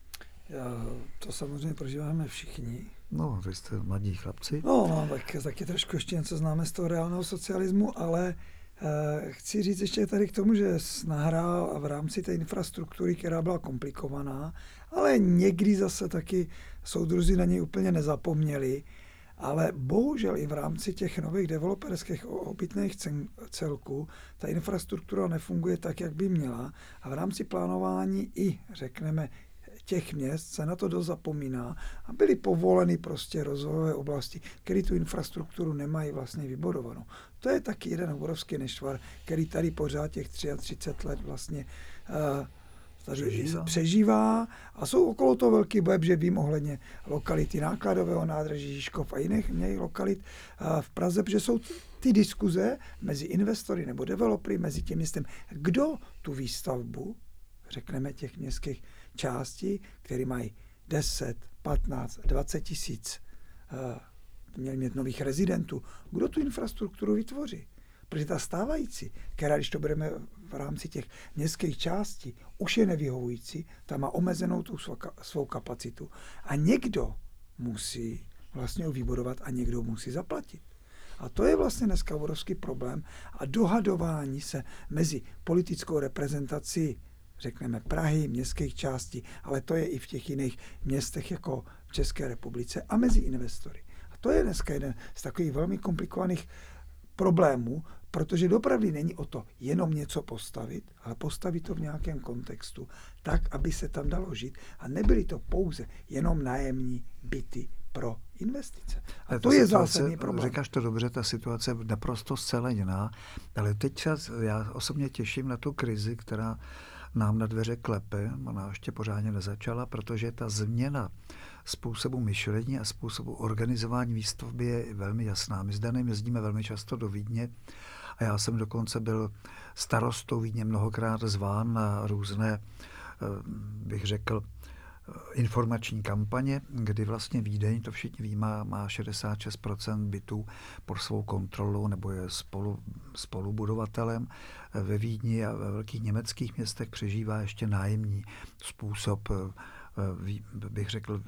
To samozřejmě prožíváme všichni. No, vy jste mladí chlapci. No, no tak taky trošku ještě něco známe z toho reálného socialismu, ale eh, chci říct ještě tady k tomu, že nahrál v rámci té infrastruktury, která byla komplikovaná, ale někdy zase taky soudruzi na něj úplně nezapomněli, ale bohužel i v rámci těch nových developerských obytných celků ta infrastruktura nefunguje tak, jak by měla a v rámci plánování i, řekneme, těch měst se na to dost zapomíná a byly povoleny prostě rozvojové oblasti, které tu infrastrukturu nemají vlastně vybudovanou. To je taky jeden obrovský nešvar, který tady pořád těch třicet tři let vlastně uh, tady přežívá. přežívá a jsou okolo toho velký boje, že vím ohledně lokality nákladového nádraží Žižkov a jiných měj lokalit uh, v Praze, protože jsou ty diskuze mezi investory nebo developery, mezi tím městem, kdo tu výstavbu, řekneme těch městských částí, které mají deset, patnáct, dvacet tisíc, uh, měli mít nových rezidentů, kdo tu infrastrukturu vytvoří. Protože ta stávající, která, když to bereme v rámci těch městských částí, už je nevyhovující, ta má omezenou tu svou kapacitu a někdo musí vlastně ho vybudovat a někdo musí zaplatit. A to je vlastně dneska obrovský problém a dohadování se mezi politickou reprezentací, řekneme Prahy, městských částí, ale to je i v těch jiných městech jako v České republice a mezi investory. A to je dneska jeden z takových velmi komplikovaných problémů, protože dopravdy není o to jenom něco postavit, ale postavit to v nějakém kontextu, tak, aby se tam dalo žít a nebyly to pouze jenom nájemní byty pro investice. A ale to je situace, zásadní problém. Říkáš to dobře, ta situace je naprosto zcela jiná, ale teď čas, já osobně těším na tu krizi, která nám na dveře klepe, ona ještě pořádně nezačala, protože ta změna způsobu myšlení a způsobu organizování výstavby je velmi jasná. My s Danem jezdíme velmi často do Vídně a já jsem dokonce byl starostou Vídně mnohokrát zván na různé, bych řekl, informační kampaně, kdy vlastně Vídeň, to všichni ví, má, má šedesát šest procent bytů pod svou kontrolou nebo je spolu, spolubudovatelem. Ve Vídni a ve velkých německých městech přežívá ještě nájemní způsob, bych řekl,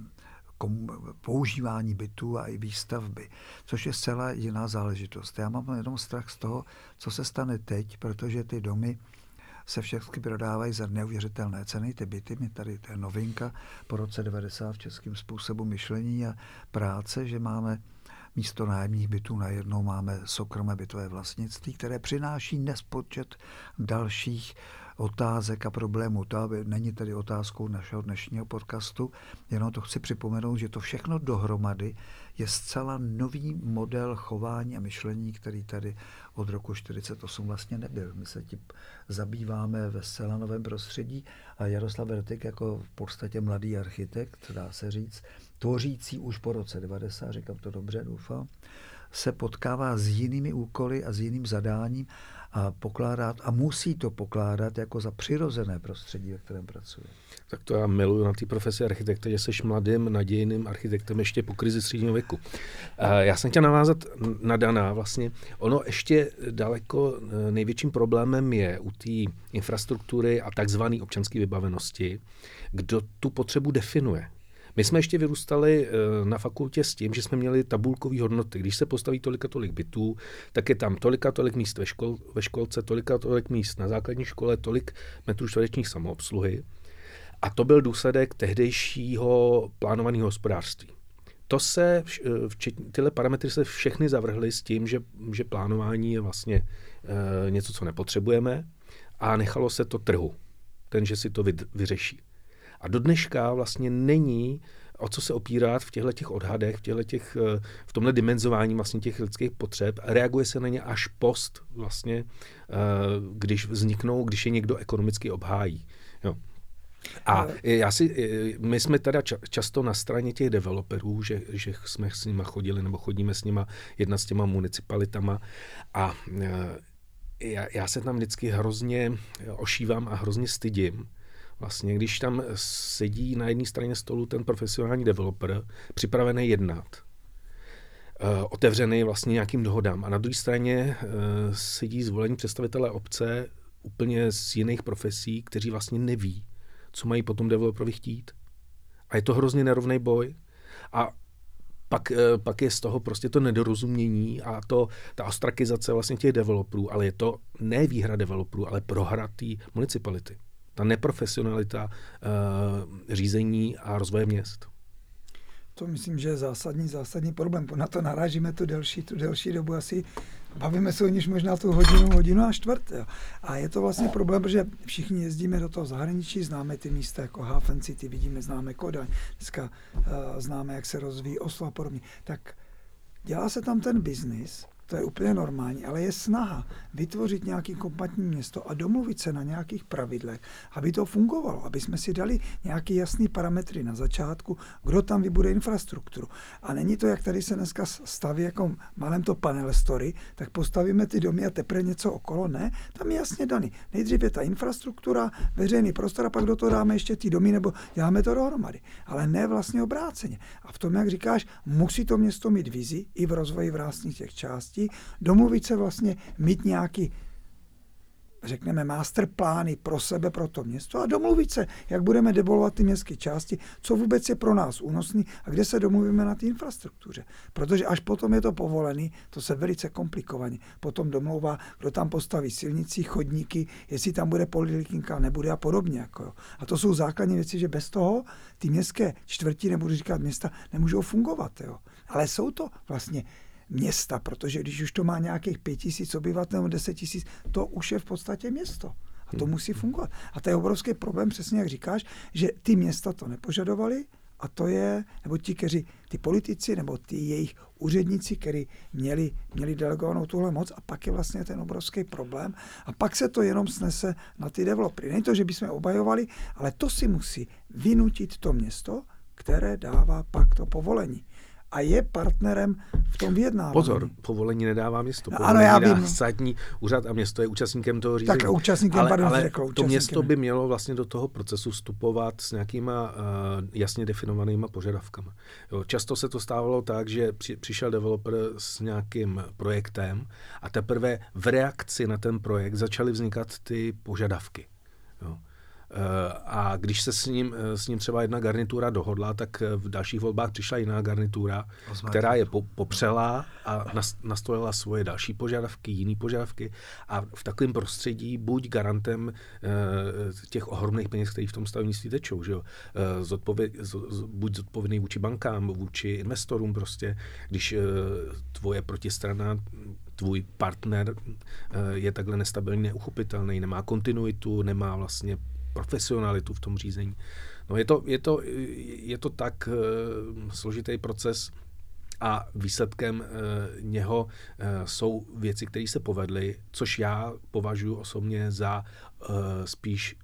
používání bytů a i výstavby, což je zcela jiná záležitost. Já mám jenom strach z toho, co se stane teď, protože ty domy se všechny prodávají za neuvěřitelné ceny, ty byty, my tady, to je novinka po roce devadesát v českém způsobu myšlení a práce, že máme místo nájemních bytů najednou máme soukromé bytové vlastnictví, které přináší nespočet dalších otázek a problémů. To není tedy otázkou našeho dnešního podcastu, jenom to chci připomenout, že to všechno dohromady je zcela nový model chování a myšlení, který tady od roku čtyřicet osm vlastně nebyl. My se tím zabýváme ve zcela novém prostředí a Jaroslav Vertik jako v podstatě mladý architekt, dá se říct, tvořící už po roce devadesát, říkám to dobře, doufám, se potkává s jinými úkoly a s jiným zadáním a pokládat a musí to pokládat jako za přirozené prostředí, ve kterém pracuje. Tak to já miluju na té profesi architekta, že jsi mladým, nadějným architektem ještě po krizi středního věku. Já jsem chtěl navázat na Dana vlastně. Ono ještě daleko největším problémem je u té infrastruktury a takzvané občanské vybavenosti, kdo tu potřebu definuje. My jsme ještě vyrůstali na fakultě s tím, že jsme měli tabulkové hodnoty. Když se postaví tolik a tolik bytů, tak je tam tolik a tolik míst ve, škol, ve školce, tolik a tolik míst na základní škole, tolik metrů čtverečních samoobsluhy. A to byl důsledek tehdejšího plánovaného hospodářství. To se, včetně, tyhle parametry se všechny zavrhly s tím, že, že plánování je vlastně e, něco, co nepotřebujeme a nechalo se to trhu, ten, že si to vy, vyřeší. A do dneška vlastně není o co se opírat v těchto těch odhadech, v, těch, v tomhle dimenzování vlastně těch lidských potřeb. Reaguje se na ně až post vlastně, když vzniknou, když je někdo ekonomicky obhájí. Jo. A já si, my jsme teda často na straně těch developerů, že, že jsme s nima chodili nebo chodíme s nima jednat s těma municipalitama a já, já se tam vždycky hrozně ošívám a hrozně stydím. Vlastně, když tam sedí na jedné straně stolu ten profesionální developer, připravený jednat, otevřený vlastně nějakým dohodám. A na druhé straně sedí zvolení představitelé obce úplně z jiných profesí, kteří vlastně neví, co mají potom developerovi chtít. A je to hrozně nerovný boj. A pak, pak je z toho prostě to nedorozumění a to, ta ostrakizace vlastně těch developerů, ale je to ne výhra developerů, ale prohra té municipality. Ta neprofesionalita uh, řízení a rozvoje měst. To myslím, že je zásadní, zásadní problém. Na to narážíme tu delší, tu delší dobu asi. Bavíme se o níž možná tu hodinu, hodinu a čtvrt. Jo. A je to vlastně problém, protože všichni jezdíme do toho zahraničí, známe ty místa jako Hafen City, vidíme, známe Kodaň, dneska uh, známe, jak se rozvíjí Oslo a podobně. Tak dělá se tam ten biznis, to je úplně normální, ale je snaha vytvořit nějaký kompaktní město a domluvit se na nějakých pravidlech, aby to fungovalo, aby jsme si dali nějaké jasné parametry na začátku, kdo tam vybude infrastrukturu. A není to, jak tady se dneska staví jako malém to panel story, tak postavíme ty domy a teprve něco okolo. Ne, tam je jasně daný. Nejdřív je ta infrastruktura, veřejný prostor a pak do toho dáme ještě ty domy nebo děláme to dohromady. Ale ne vlastně obráceně. A v tom, jak říkáš, musí to město mít vizi i v rozvoji vlastních těch částí, domluvit se vlastně, mít nějaký, řekneme, masterplány pro sebe, pro to město a domluvit se, jak budeme devolovat ty městské části, co vůbec je pro nás únosný a kde se domluvíme na té infrastruktuře. Protože až potom je to povolený, to se velice komplikovaně potom domlouvá, kdo tam postaví silnici, chodníky, jestli tam bude poliklinika, nebude a podobně. Jako jo. A to jsou základní věci, že bez toho ty městské čtvrti, nebudu říkat města, nemůžou fungovat. Jo. Ale jsou to vlastně města, protože když už to má nějakých pět tisíc obyvatel nebo deset tisíc, to už je v podstatě město. A to musí fungovat. A to je obrovský problém, přesně jak říkáš, že ty města to nepožadovali a to je, nebo ti, kteří, ty politici, nebo ty jejich úředníci, kteří měli, měli delegovanou tuhle moc a pak je vlastně ten obrovský problém a pak se to jenom snese na ty developery. Není to, že bychom obhajovali, ale to si musí vynutit to město, které dává pak to povolení. A je partnerem v tom vyjednávání. Pozor, povolení nedává město. Povolení ano, já dá vím. státní úřad a město je účastníkem toho řízení. Tak účastníkem, ale, pardon, ale řekl, to účastníkem. město by mělo vlastně do toho procesu vstupovat s nějakýma uh, jasně definovanýma požadavkama. Jo, často se to stávalo tak, že při, přišel developer s nějakým projektem a teprve v reakci na ten projekt začaly vznikat ty požadavky. Jo. A když se s ním, s ním třeba jedna garnitura dohodla, tak v dalších volbách přišla jiná garnitura, která je popřela a nastolila svoje další požadavky, jiné požadavky. A v takovém prostředí buď garantem těch ohromných peněz, které v tom stavebnictví tečou, že jo? Zodpověd, buď zodpovědný vůči bankám, vůči investorům prostě, když tvoje protistrana, tvůj partner je takhle nestabilní, neuchopitelný, nemá kontinuitu, nemá vlastně profesionalitu v tom řízení. No je to, je to, je to tak uh, složitý proces a výsledkem uh, něho uh, jsou věci, které se povedly, což já považuji osobně za uh, spíš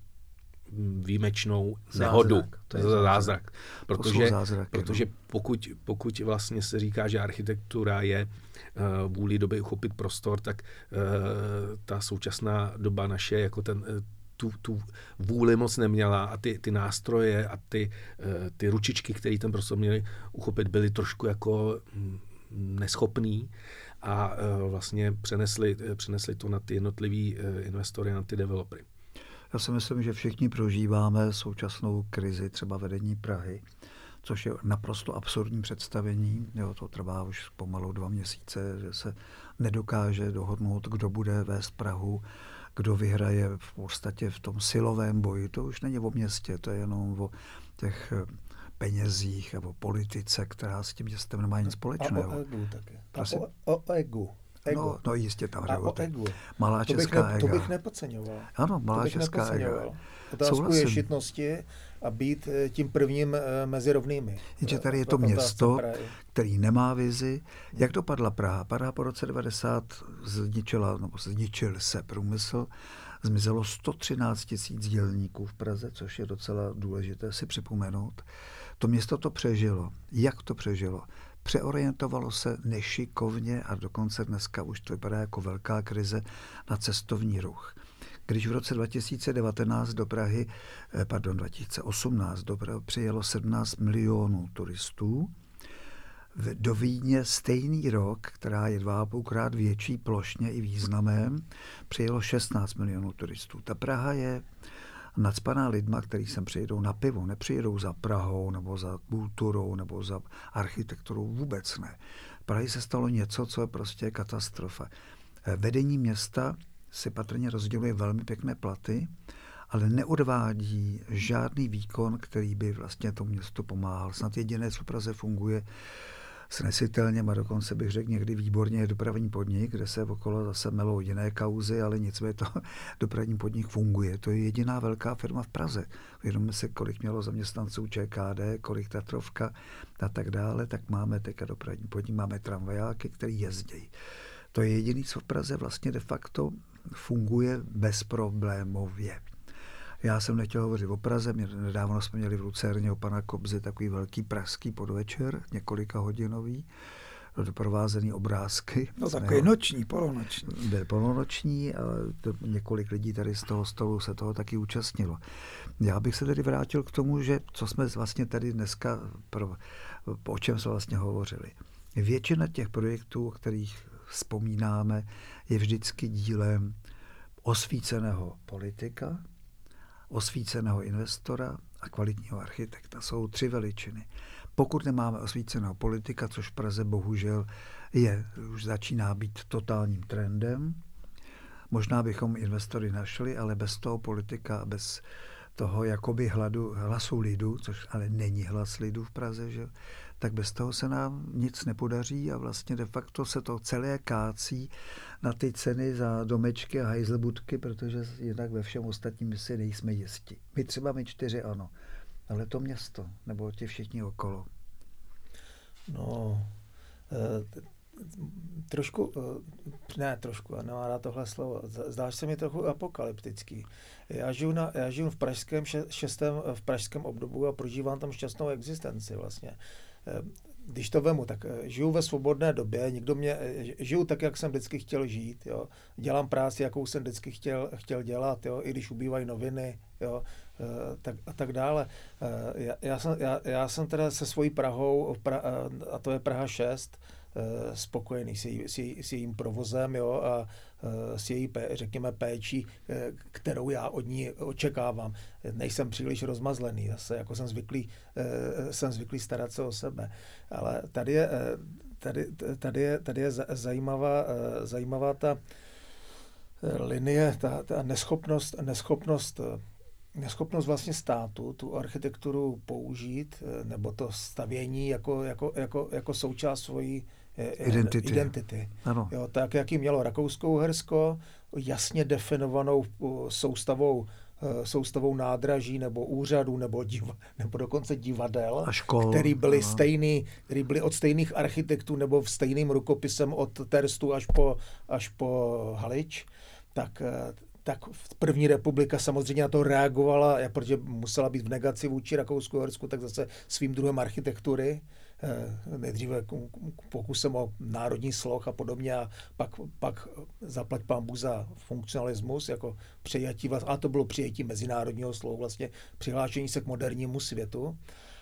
výjimečnou nehodu. Zázrak. To je za zázrak. Protože, zázrak, protože pokud, pokud vlastně se říká, že architektura je uh, vůli doby uchopit prostor, tak uh, ta současná doba naše jako ten uh, Tu, tu vůli moc neměla a ty, ty nástroje a ty, ty ručičky, které ten prostor měli uchopit, byly trošku jako neschopný a vlastně přenesli, přenesli to na ty jednotlivý investory, na ty developery. Já si myslím, že všichni prožíváme současnou krizi třeba vedení Prahy, což je naprosto absurdní představení. Jo, to trvá už pomalu dva měsíce, že se nedokáže dohodnout, kdo bude vést Prahu, kdo vyhraje v podstatě v tom silovém boji. To už není o městě, to je jenom o těch penězích a o politice, která s tím městem nemá nic společného. A o egu taky. Prosím? A o, o egu. Ego. No, no jistě tam jde o egu. Malá to česká ne, ega. To bych nepodceňoval. Ano, malá česká ega. Otázku Souhlasím. ješitnosti a být tím prvním mezi rovnými. Jenže tady je to město, který nemá vizi. Jak dopadla Praha? Praha po roce devadesát zničila, nebo zničil se průmysl, zmizelo sto třináct tisíc dělníků v Praze, což je docela důležité si připomenout. To město to přežilo. Jak to přežilo? Přeorientovalo se nešikovně a dokonce dneska už to vypadá jako velká krize na cestovní ruch. Když v roce dva tisíce devatenáct do Prahy, pardon, dva tisíce osmnáct do Prahy přijelo sedmnáct milionů turistů, do Vídně stejný rok, která je dva a půlkrát větší plošně i významem, přijelo šestnáct milionů turistů. Ta Praha je nacpaná lidma, kteří sem přijedou na pivo, nepřijedou za Prahou nebo za kulturou nebo za architekturou, vůbec ne. V Praze se stalo něco, co je prostě katastrofa. Vedení města si patrně rozděluje velmi pěkné platy, ale neodvádí žádný výkon, který by vlastně tomu městu pomáhal. Snad jediné, co v Praze funguje snesitelně, a dokonce bych řekl někdy výborně, je dopravní podnik, kde se okolo zase melou jiné kauzy, ale nicméně to dopravní podnik funguje. To je jediná velká firma v Praze. Uvědomme se, kolik mělo zaměstnanců ČKD, kolik Tatrovka a tak dále, tak máme teďka dopravní podnik, máme tramvajáky, který jezdí. To je jediný, co v Praze vlastně de facto funguje bezproblémově. Já jsem nechtěl hovořit o Praze, mě nedávno jsme měli v Lucérně o pana Kobzy takový velký pražský podvečer, několika hodinový, doprovázený obrázky. No takový noční, polonoční. Byl polonoční a to, několik lidí tady z toho stolu se toho taky účastnilo. Já bych se tedy vrátil k tomu, že co jsme vlastně tady dneska, pro, o čem jsme vlastně hovořili. Většina těch projektů, o kterých vzpomínáme, je vždycky dílem osvíceného politika, osvíceného investora a kvalitního architekta. Jsou tři veličiny. Pokud nemáme osvíceného politika, což v Praze bohužel je, už začíná být totálním trendem, možná bychom investory našli, ale bez toho politika a bez toho jakoby hladu, hlasu lidu, což ale není hlas lidu v Praze, že? Tak bez toho se nám nic nepodaří a vlastně de facto se to celé kácí na ty ceny za domečky a hajzlbudky, protože jinak ve všem ostatním my si nejsme jisti. My třeba my čtyři ano, ale to město, nebo ti všichni okolo. No, e, trošku, ne trošku, já nemám rád tohle slovo, zdáš se mi trochu apokalyptický. Já žiju, na, já žiju v pražském šestém, v pražském obdobu a prožívám tam šťastnou existenci vlastně. Když to vemu, tak žiju ve svobodné době, nikdo mě, žiju tak, jak jsem vždycky chtěl žít, jo. Dělám práci, jakou jsem vždycky chtěl, chtěl dělat, jo, i když ubývají noviny, jo, tak, a tak dále. Já, já, jsem, já, já jsem teda se svojí Prahou, a to je Praha šest, spokojený s, její, s, její, s jejím provozem, jo, a s její, řekněme, péčí, kterou já od ní očekávám. Nejsem příliš rozmazlený, zase, jako jsem zvyklý, jsem zvyklý starat se o sebe. Ale tady je, tady, tady je, tady je zajímavá, zajímavá ta linie, ta, ta neschopnost, neschopnost neschopnost vlastně státu tu architekturu použít, nebo to stavění jako, jako, jako, jako součást svojí identity. identity. Ano. Jo, tak, jak ji mělo Rakousko-Uhersko, jasně definovanou soustavou, soustavou nádraží nebo úřadů nebo, diva, nebo dokonce divadel, a škol, který byly ano. stejný, který byly od stejných architektů nebo v stejným rukopisem od Terstu až po, až po Halič, tak tak první republika samozřejmě na to reagovala, protože musela být v negaci vůči Rakousku-Uhersku, tak zase svým druhem architektury, nejdříve pokusem o národní sloh a podobně, a pak, pak zaplať pánbůh za funkcionalismus, jako přijetí, a to bylo přijetí mezinárodního slohu, vlastně přihlášení se k modernímu světu.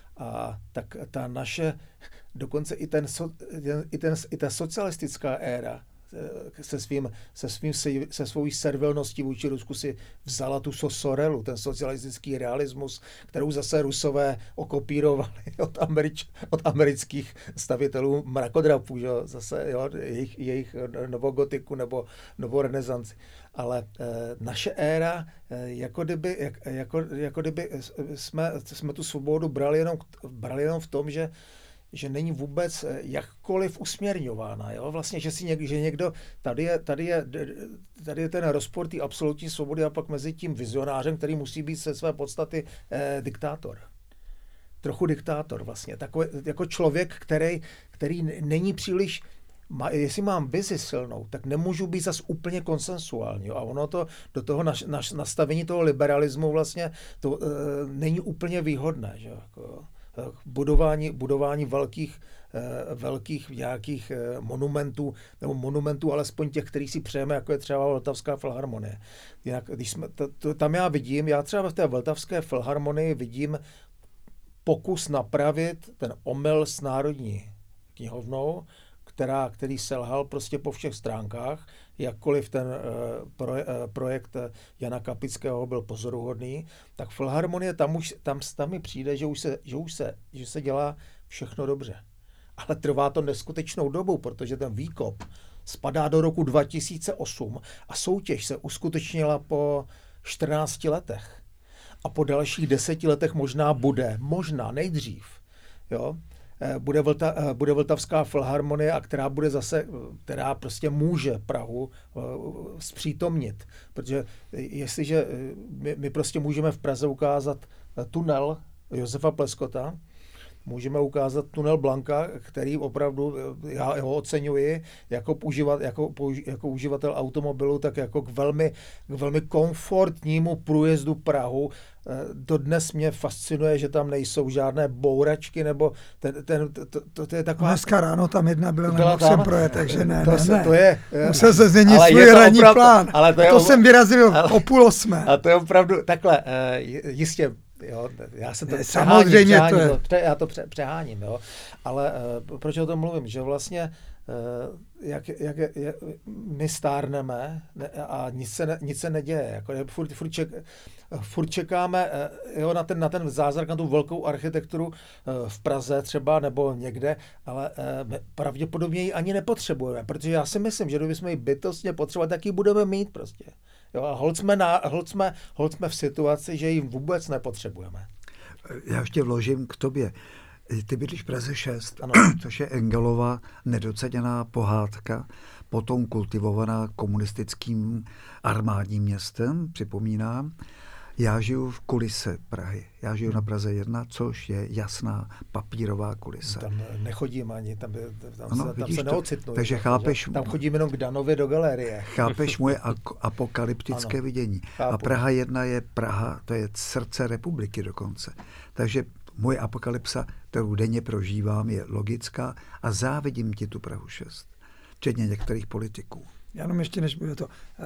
A tak ta naše, dokonce i, ten, i, ten, i ta socialistická éra, se svým, se svým, se svojí servilností vůči Rusku si vzala tu Sorelu, ten socialistický realismus, kterou zase Rusové okopírovali od, Američ, od amerických stavitelů mrakodrapů, že? Zase jo, jejich, jejich novogotiku nebo novorenesanci. Ale e, naše éra, e, jako kdyby, jak, jako, jako kdyby jsme, jsme tu svobodu brali jenom, brali jenom v tom, že že není vůbec jakkoliv usměrňována. Jo? Vlastně, že si někdo, že někdo tady, je, tady, je, tady je ten rozpor té absolutní svobody a pak mezi tím vizionářem, který musí být se své podstaty eh, diktátor. Trochu diktátor vlastně. Takový, jako člověk, který, který není příliš, má, jestli mám vizi silnou, tak nemůžu být zas úplně konsensuální. Jo? A ono to do toho naš, naš, nastavení toho liberalismu vlastně to eh, není úplně výhodné. Že? Jako, budování, budování velkých, velkých nějakých monumentů, nebo monumentů alespoň těch, který si přejeme, jako je třeba Vltavská filharmonie. Jinak, když jsme, to, to, tam já vidím, já třeba v té Vltavské filharmonii vidím pokus napravit ten omyl s Národní knihovnou, která, který selhal prostě po všech stránkách. jakkoliv ten projekt Jana Kapického byl pozoruhodný, tak Filharmonie, tam, už, tam, tam mi přijde, že už, se, že, už se, že se dělá všechno dobře. Ale trvá to neskutečnou dobu, protože ten výkop spadá do roku dva tisíce osm a soutěž se uskutečnila po čtrnácti letech. A po dalších deseti letech možná bude, možná nejdřív, jo, bude, Vlta, bude Vltavská filharmonie, a která bude zase, která prostě může Prahu zpřítomnit. Protože jestliže my, my prostě můžeme v Praze ukázat tunel Josefa Pleskota, můžeme ukázat tunel Blanka, který opravdu, já ho oceňuji jako, uživat, jako, jako uživatel automobilu, tak jako k velmi, k velmi komfortnímu průjezdu Prahu. Dodnes mě fascinuje, že tam nejsou žádné bouračky, nebo ten, ten, to, to, to je taková... Dneska ráno tam jedna byla, nemohl jsem projet, takže ne, to ne, se, ne. To je, musel se změnit svůj ranní opravdu, plán. Ale to, je, to jsem vyrazil ale, o půl osmé. A to je opravdu takhle, jistě, jo, já jsem to ne, přeháním, samozřejmě přeháním, to je. To, já to pře, přeháním, jo. Ale uh, proč o tom mluvím? Že vlastně uh, jak, jak, jak my stárneme a nic se, ne, nic se neděje. Jako, furt, furt, ček, furt čekáme uh, jo, na, ten, na ten zázrak, na tu velkou architekturu uh, v Praze třeba nebo někde, ale uh, pravděpodobně ji ani nepotřebujeme, protože já si myslím, že kdybychom ji bytostně potřebovali, tak ji budeme mít prostě. Jo, a holt jsme, na, holt, jsme, holt jsme v situaci, že ji vůbec nepotřebujeme. Já ještě vložím k tobě. Ty bydlíš v Praze šest, ano. Což je Engelova nedoceněná pohádka, potom kultivovaná komunistickým armádním městem, připomínám. Já žiju v kulise Prahy. Já žiju na Praze jedna, což je jasná papírová kulise. Tam nechodím ani, tam, tam, ano, se, tam se to, neocitnu. Takže chápeš... Tam chodím jenom k Danově do galerie. Chápeš moje apokalyptické ano, vidění. Chápu. A Praha jedna je Praha, to je srdce republiky dokonce. Takže moje apokalypsa, kterou denně prožívám, je logická a závidím ti tu Prahu šest. Včetně některých politiků. Já jenom ještě, než bude to.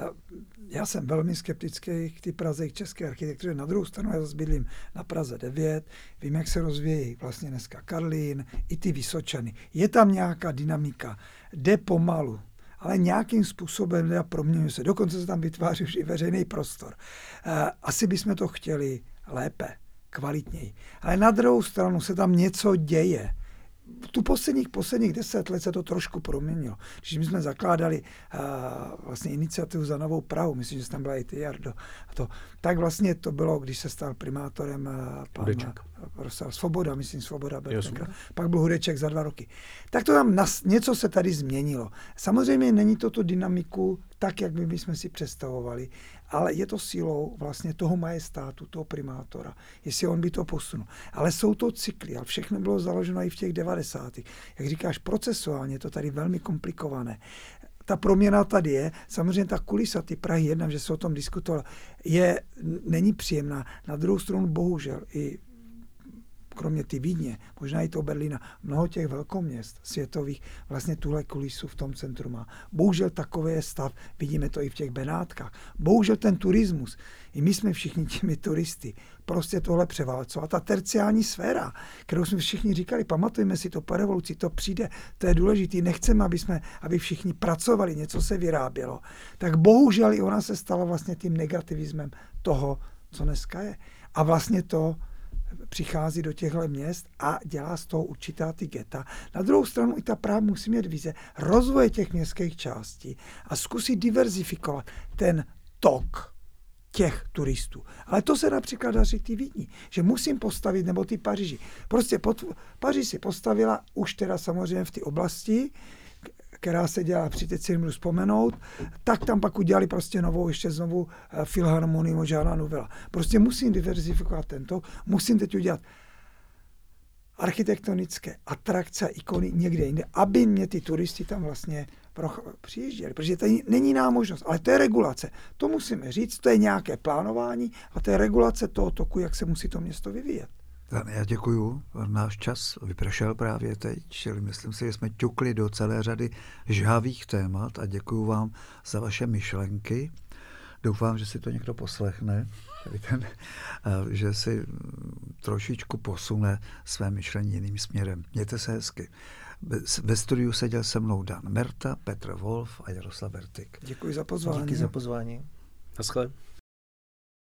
Já jsem velmi skeptický k ty Praze, k české architektuře. Na druhou stranu já zase bydlím na Praze devět, vím, jak se rozvíjí vlastně dneska Karlín, i ty Vysočany. Je tam nějaká dynamika, jde pomalu, ale nějakým způsobem proměňuje se. Dokonce se tam vytváří už i veřejný prostor. Asi bychom to chtěli lépe, kvalitněji. Ale na druhou stranu se tam něco děje. Tu posledních, posledních deset let se to trošku proměnilo. Když my jsme zakládali uh, vlastně iniciativu za Novou Prahu, myslím, že tam byla i ty, Jardo, a to, tak vlastně to bylo, když se stal primátorem uh, pan uh, Svoboda, myslím, Svoboda byl tenkrát, pak byl Hudeček za dva roky. Tak to tam nas, něco se tady změnilo. Samozřejmě není to tu dynamiku tak, jak my bychom si představovali, ale je to silou vlastně toho majestátu, toho primátora, jestli on by to posunul. Ale jsou to cykly a všechno bylo založeno i v těch devadesátých. Jak říkáš, procesuálně je to tady velmi komplikované. Ta proměna tady je, samozřejmě ta kulisa, ty Prahy jedna, že se o tom diskutovalo, je, není příjemná. Na druhou stranu bohužel i kromě ty Vídně, možná i toho Berlína, mnoho těch velkoměst světových vlastně tuhle kulisu v tom centru má. Bohužel takový je stav, vidíme to i v těch Benátkách. Bohužel ten turismus, i my jsme všichni těmi turisty, prostě tohle převálcovat. Ta terciální sféra, kterou jsme všichni říkali, pamatujeme si to po revoluci, to přijde, to je důležité, nechceme, aby, jsme, aby všichni pracovali, něco se vyrábělo. Tak bohužel i ona se stala vlastně tím negativismem toho, co dneska je. A vlastně to přichází do těchto měst a dělá z toho určitá ty geta. Na druhou stranu i ta Praha musí mít vize rozvoje těch městských částí a zkusit diverzifikovat ten tok těch turistů. Ale to se například daří ty Vídni, že musím postavit, nebo ty Paříži. Prostě pod, Paříž si postavila už teda samozřejmě v té oblasti, která se dělá, při teď si nemůžu vzpomenout, tak tam pak udělali prostě novou, ještě znovu filharmonii, možná novela. Prostě musím diverzifikovat tento, musím teď udělat architektonické atrakce a ikony někde jinde, aby mě ty turisti tam vlastně přijížděli, protože to není námožnost, ale to je regulace. To musíme říct, to je nějaké plánování a to je regulace toho toku, jak se musí to město vyvíjet. Já děkuju. Náš čas vypršel právě teď, čili myslím si, že jsme ťukli do celé řady žhavých témat a děkuju vám za vaše myšlenky. Doufám, že si to někdo poslechne, ten, že si trošičku posune své myšlení jiným směrem. Mějte se hezky. Ve studiu seděl se mnou Dan Merta, Petr Wolf a Jaroslav Vertik. Děkuji za pozvání. Díky za pozvání. Naschle.